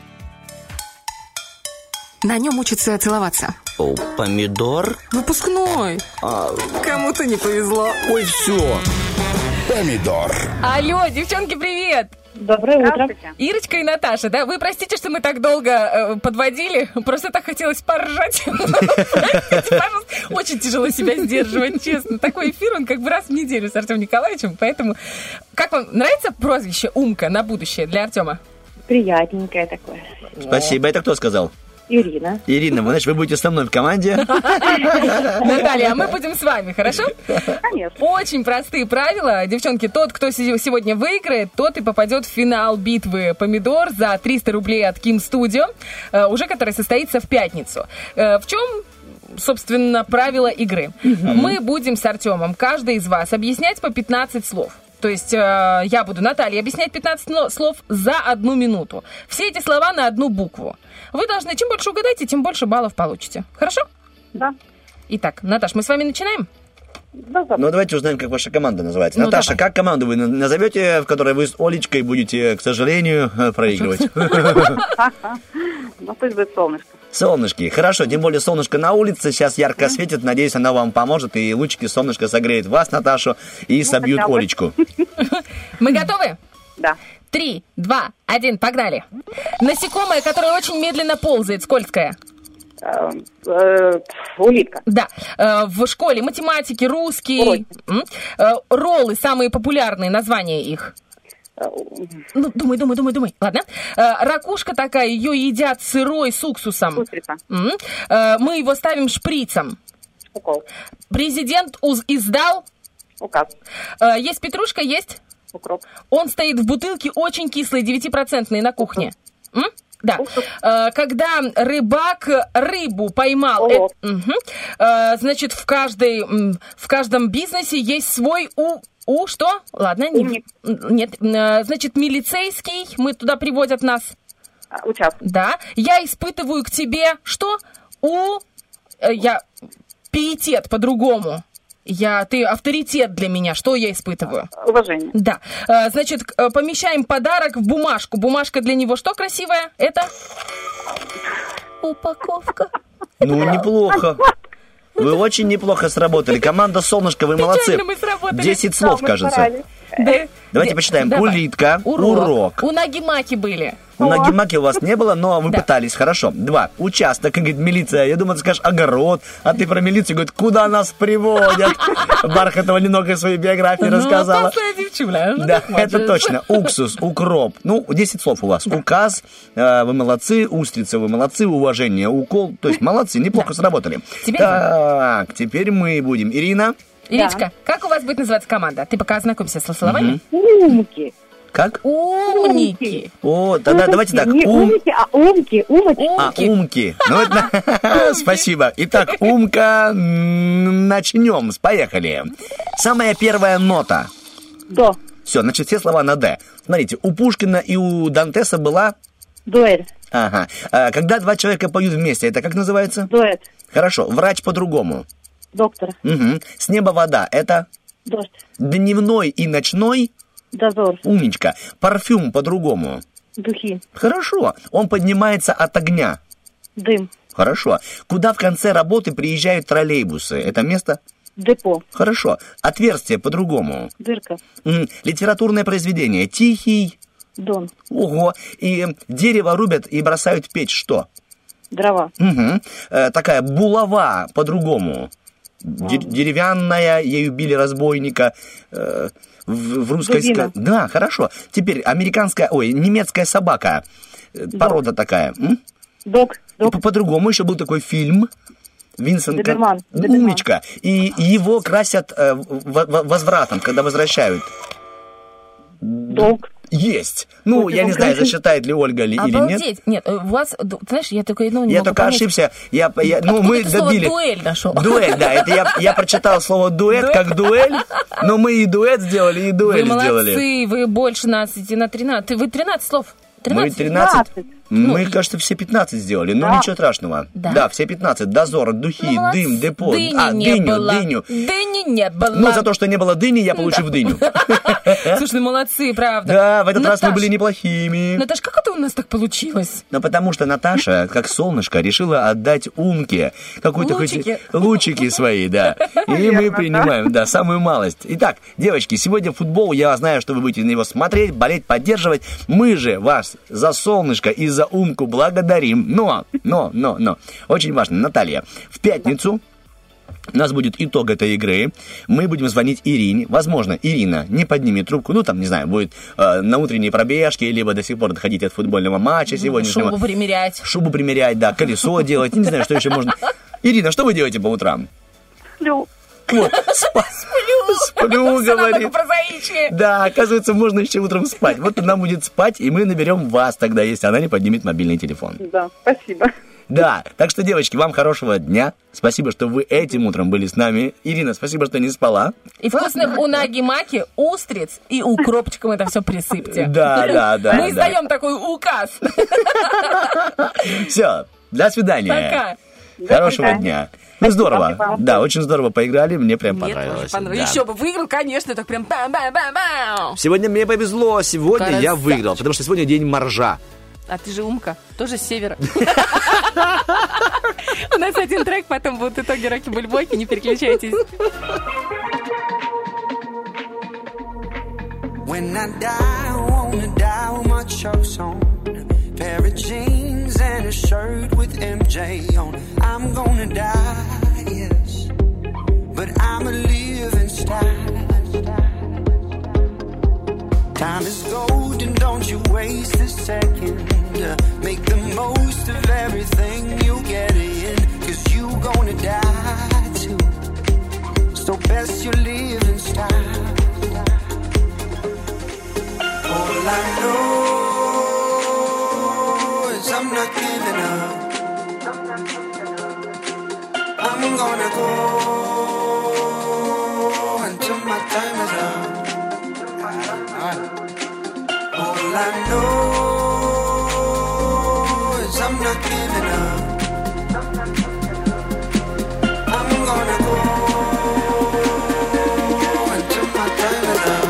На нем учатся целоваться. О, помидор? Выпускной. Кому-то не повезло. Ой, все. Помидор. Алло, девчонки, привет! Доброе утро. Ирочка и Наташа, да? Вы простите, что мы так долго подводили. Просто так хотелось поржать. Простите, пожалуйста. Очень тяжело себя сдерживать, честно. Такой эфир, он как бы раз в неделю с Артемом Николаевичем. Поэтому, как вам нравится прозвище «Умка» на будущее для Артема? Приятненькое такое. Спасибо. Это кто сказал? Ирина. Ирина, значит, вы будете со мной в команде. Наталья, а мы будем с вами, хорошо? Конечно. Очень простые правила. Девчонки, тот, кто сегодня выиграет, тот и попадет в финал битвы «Помидор» за 300 рублей от Kim Studio, уже который состоится в пятницу. В чем, собственно, правила игры? Мы будем с Артемом, каждый из вас, объяснять по 15 слов. То есть я буду, Наталья, объяснять 15 слов за 1 минуту. Все эти слова на одну букву. Вы должны, чем больше угадаете, тем больше баллов получите. Хорошо? Да. Итак, Наташ, мы с вами начинаем? Да. Ну, давайте узнаем, как ваша команда называется. Ну, Наташа, давай. как команду вы назовете, в которой вы с Олечкой будете, к сожалению, проигрывать? Ну, пусть будет солнышко. Солнышки. Хорошо, тем более солнышко на улице, сейчас ярко светит, надеюсь, она вам поможет, и лучики солнышка согреют вас, Наташу, и собьют хотя бы. Олечку. Мы готовы? Да. 3, 2, 1, погнали. Насекомое, которое очень медленно ползает, скользкое. Улитка. Да. В школе математики, русский. Роллы, самые популярные названия их. Ну, думай. Ладно. Ракушка такая, ее едят сырой с уксусом. Устрица. Мы его ставим шприцем. Укол. Президент издал. Указ. Есть петрушка, есть? Укроп. Он стоит в бутылке, очень кислый, 9% на кухне. Да. Когда рыбак рыбу поймал, значит, в каждом бизнесе есть свой что? Ладно. Нет. Значит, милицейский, мы туда приводят нас. Участок. Да. Я испытываю к тебе что? Я пиетет по-другому. Ты авторитет для меня. Что я испытываю? Уважение. Да. Значит, помещаем подарок в бумажку. Бумажка для него что красивая? Это? Упаковка. Ну, неплохо. Вы очень неплохо сработали. Команда «Солнышко», вы молодцы. 10 слов, кажется. Давайте почитаем. Давай. Улитка, урок. У Наги-Маки были. У Наги-Маки у вас не было, но вы пытались. Хорошо. 2. Участок. Говорит, милиция. Я думаю, ты скажешь огород. А ты про милицию, говорит, куда нас приводят? Бархатова немного своей биографии рассказала. Толстая девчуля. Да, это точно. Уксус, укроп. 10 слов у вас. Указ, вы молодцы. Устрица, вы молодцы. Уважение, укол. То есть молодцы, неплохо сработали. Так, теперь мы будем. Ирина? Иричка, как у вас будет называться команда? Ты пока ознакомься со словами. Умки. Как? Умники. О, тогда давайте так. Не умки, а умки. Умки. Спасибо. Итак, умка, начнем. Поехали. Самая первая нота. До. Все, значит, все слова на «Д». Смотрите, у Пушкина и у Дантеса была... Дуэль. Ага. Когда два человека поют вместе, это как называется? Дуэт. Хорошо. Врач по-другому. Доктор. Угу. С неба вода, это? Дождь. Дневной и ночной? Дозор. Умничка. Парфюм по-другому. Духи. Хорошо. Он поднимается от огня. Дым. Хорошо. Куда в конце работы приезжают троллейбусы? Это место? Депо. Хорошо. Отверстие по-другому. Дырка. Литературное произведение. Тихий. Дон. Ого. И дерево рубят и бросают в печь. Что? Дрова. Угу. Такая булава по-другому. Деревянная, ею били разбойника. В русской... Да, хорошо. Теперь немецкая собака. Порода такая. Дог. По-другому еще был такой фильм. Винсент Доберман. Умничка. И его красят возвратом, когда возвращают. Долг. Есть. Я не знаю, засчитает ли Ольга или нет. Обалдеть. Нет, у вас, ты знаешь, я только не Я могу только понять. ошибся. Мы ты добили. слово дуэль нашел? Дуэль, да. Это я прочитал слово дуэт как дуэль, но мы и дуэт сделали, и дуэль Вы сделали. молодцы, вы больше нас идите на 13. Вы 13 слов. 13? Мы 13. Мы, кажется, все 15 сделали, но ничего страшного. Да, все 15. Дозор, духи, дым, депо. Дыню. Дыни не было. За то, что не было дыни, я получу в дыню. Слушай, ну молодцы, правда. Да, в этот раз мы были неплохими. Наташ, как это у нас так получилось? Потому что Наташа, как солнышко, решила отдать умке какой-то лучики свои, да. И мы принимаем, да, самую малость. Итак, девочки, сегодня футбол, я знаю, что вы будете на него смотреть, болеть, поддерживать. Мы же вас за солнышко и за умку благодарим. Но, очень важно, Наталья, в пятницу У нас будет итог этой игры. Мы будем звонить Ирине. Возможно, Ирина не поднимет трубку. Ну, там, не знаю, будет на утренней пробежке, либо до сих пор доходить от футбольного матча сегодняшнего. Шубу примерять, да, колесо делать. Не знаю, что еще можно. Ирина, что вы делаете по утрам? Сплю. Вот, сплю, говорит. Да, оказывается, можно еще утром спать. Вот она будет спать, и мы наберем вас тогда, если она не поднимет мобильный телефон. Да, спасибо. Да, так что, девочки, вам хорошего дня. Спасибо, что вы этим утром были с нами. Ирина, спасибо, что не спала. И вкусных унаги-маки, устриц и укропчиком это все присыпьте. Да. Мы издаем такой указ. Все, до свидания. Пока. Хорошего дня. Ну, здорово. Да, очень здорово поиграли, мне прям понравилось. Да. Еще бы выиграл, конечно, так прям бам-бам-бам-бам. Сегодня мне повезло, сегодня я выиграл, потому что сегодня день моржа. А ты же умка, тоже с севера. У нас один трек, потом будут итоги Роки-Бульбоки, не переключайтесь. When I die, I wanna die with my choice on. Pair of jeans and a shirt with MJ on. I'm gonna die, yes, but I'm a living style. Time is gold and don't you waste a second. Make the most of everything you get in, 'cause you gonna die too. So best your living style. All I know is I'm not giving up. I'm gonna go until my time is up. All I know is I'm not giving up. I'm gonna go until my time is up.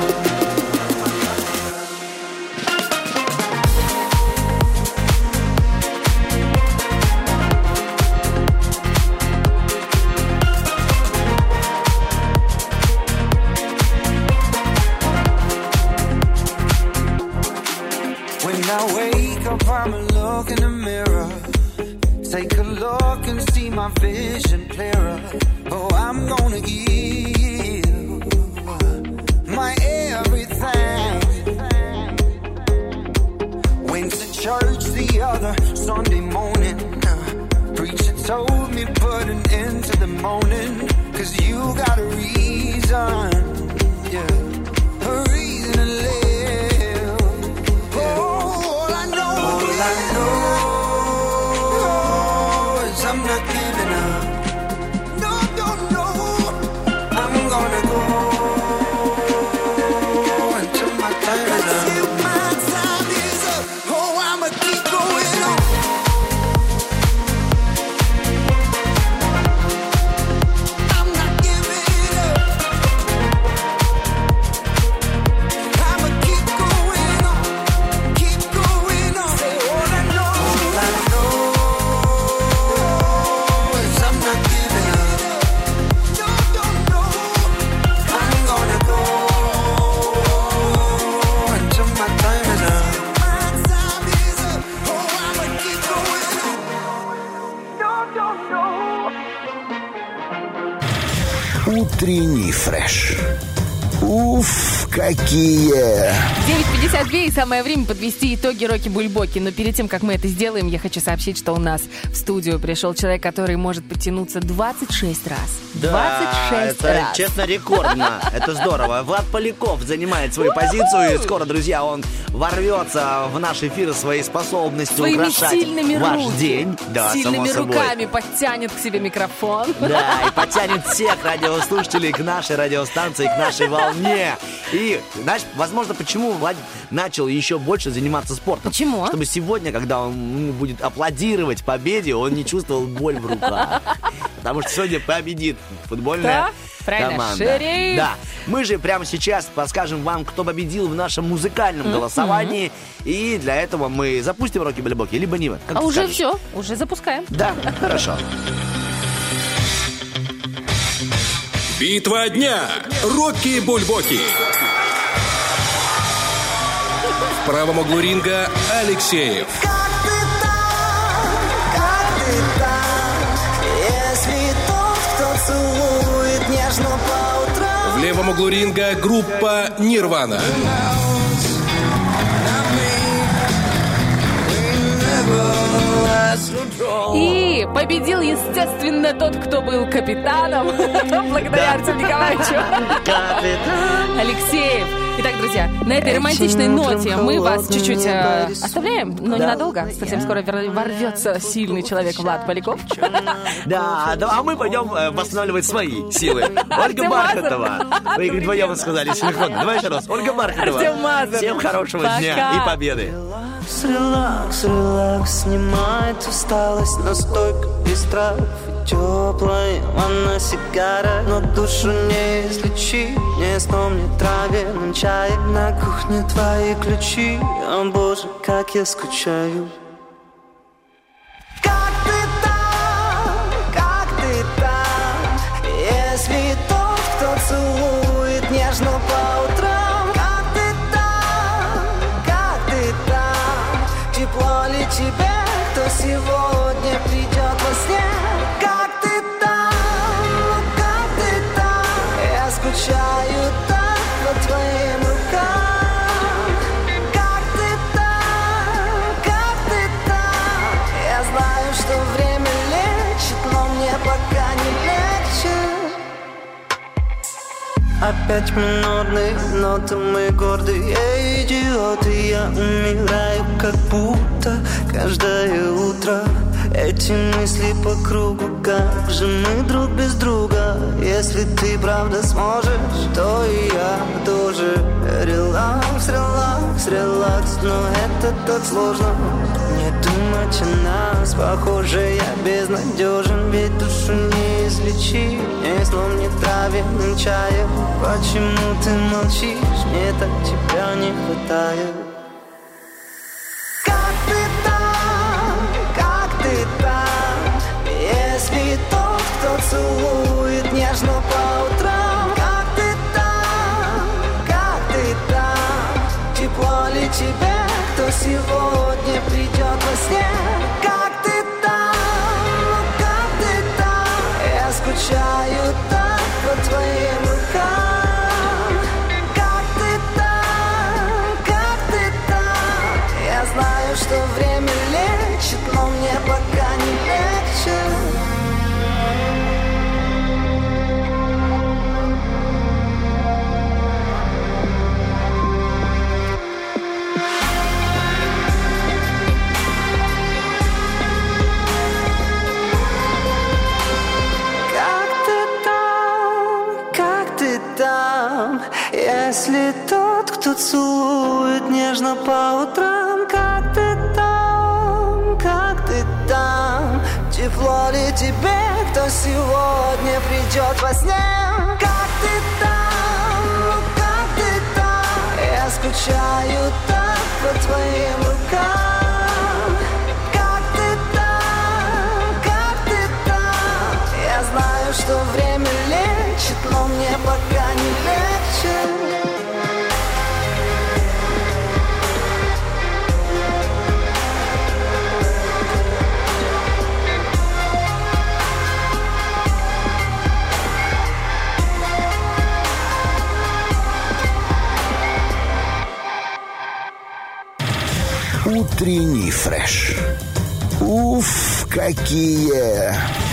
I wake up, I'ma look in the mirror. Take a look and see my vision clearer. Oh, I'm gonna give my everything. Went to church the other Sunday morning. Preacher told me put an end to the moaning, 'cause you got a reason, yeah, a reason to live. I know is I'm not giving up. No, I'm gonna go until my time is up. Until my time is up. Oh, I'ma keep going on. I'm not giving up. I'ma keep going on. Keep going on. Say, Утренний фреш. Уф, какие! 9:52, и самое время подвести итоги Роки-Бульбоки. Но перед тем, как мы это сделаем, я хочу сообщить, что у нас в студию пришел человек, который может подтянуться 26 раз. Да, 26 это, раз. честно, рекордно. Это здорово. Влад Поляков занимает свою позицию, и скоро, друзья, он ворвется в наш эфир своей способностью своими украшать сильными ваш руки. день. Да, сильными само собой. руками подтянет к себе микрофон. Да, и подтянет всех радиослушателей к нашей радиостанции, к нашей волне. И, знаешь, возможно, почему Влад начал еще больше заниматься спортом. Почему? Чтобы сегодня, когда он будет аплодировать победе, он не чувствовал боль в руках. Потому что сегодня победит футбольная команда. Шериф. Да. Мы же прямо сейчас подскажем вам, кто победил в нашем музыкальном голосовании. И для этого мы запустим Роки-Бульбоки, либо не. А уже все, уже запускаем. Да, хорошо. Битва дня. Роки-Бульбоки. В правом углу ринга Алексеев. Если тот, кто целует левом углу ринга группа «Нирвана». И победил, естественно, тот, кто был капитаном, благодаря Артему Николаевичу. Алексеев. Итак, друзья, на этой романтичной ноте мы вас чуть-чуть оставляем, но ненадолго. Совсем скоро ворвется сильный человек Влад Поляков. Да, а мы пойдем восстанавливать свои силы. Ольга Бархатова. Вы вдвоем сказали синхронно. Давай еще раз. Ольга Бархатова. Артем Мазур. Всем хорошего дня и победы. Релакс, релакс, снимает усталость, настойка без трав и теплая ванна, сигара, но душу не излечи, не сном, не травяным чаем, на кухне твои ключи, о боже, как я скучаю. Как ты там, если тот, кто целует нежно по утрам? Тепло ли тебе, кто сегодня придет во сне? Как ты там, я скучаю так по твоим рукам. Как ты там, я знаю, что время лечит, но мне пока не легче. Опять минорные ноты, мы гордые идиоты. Я умираю, как будто каждое утро эти мысли по кругу. Как же мы друг без друга? Если ты правда сможешь, то и я тоже. Релакс, релакс, релакс, но это так сложно. Не думать о нас, похоже, я безнадежен. Ведь душу не излечи, ни сном, ни травяным чаем. Почему ты молчишь? Мне так тебя не хватает. Как ты там, если тот, кто целует нежно по утрам? Как ты там, тепло ли тебе, кто сегодня придет во сне? Как ты там, я скучаю так по твоим рукам. Как ты там, я знаю, что время лечит, но мне пока не легче. Если тот, кто целует нежно по утрам, как ты там, тепло ли тебе, кто сегодня придет во сне? Как ты там, я скучаю так по твоим рукам. Как ты там, я знаю, что время лечит, но мне пока не легче. Утренний фреш. Уф, какие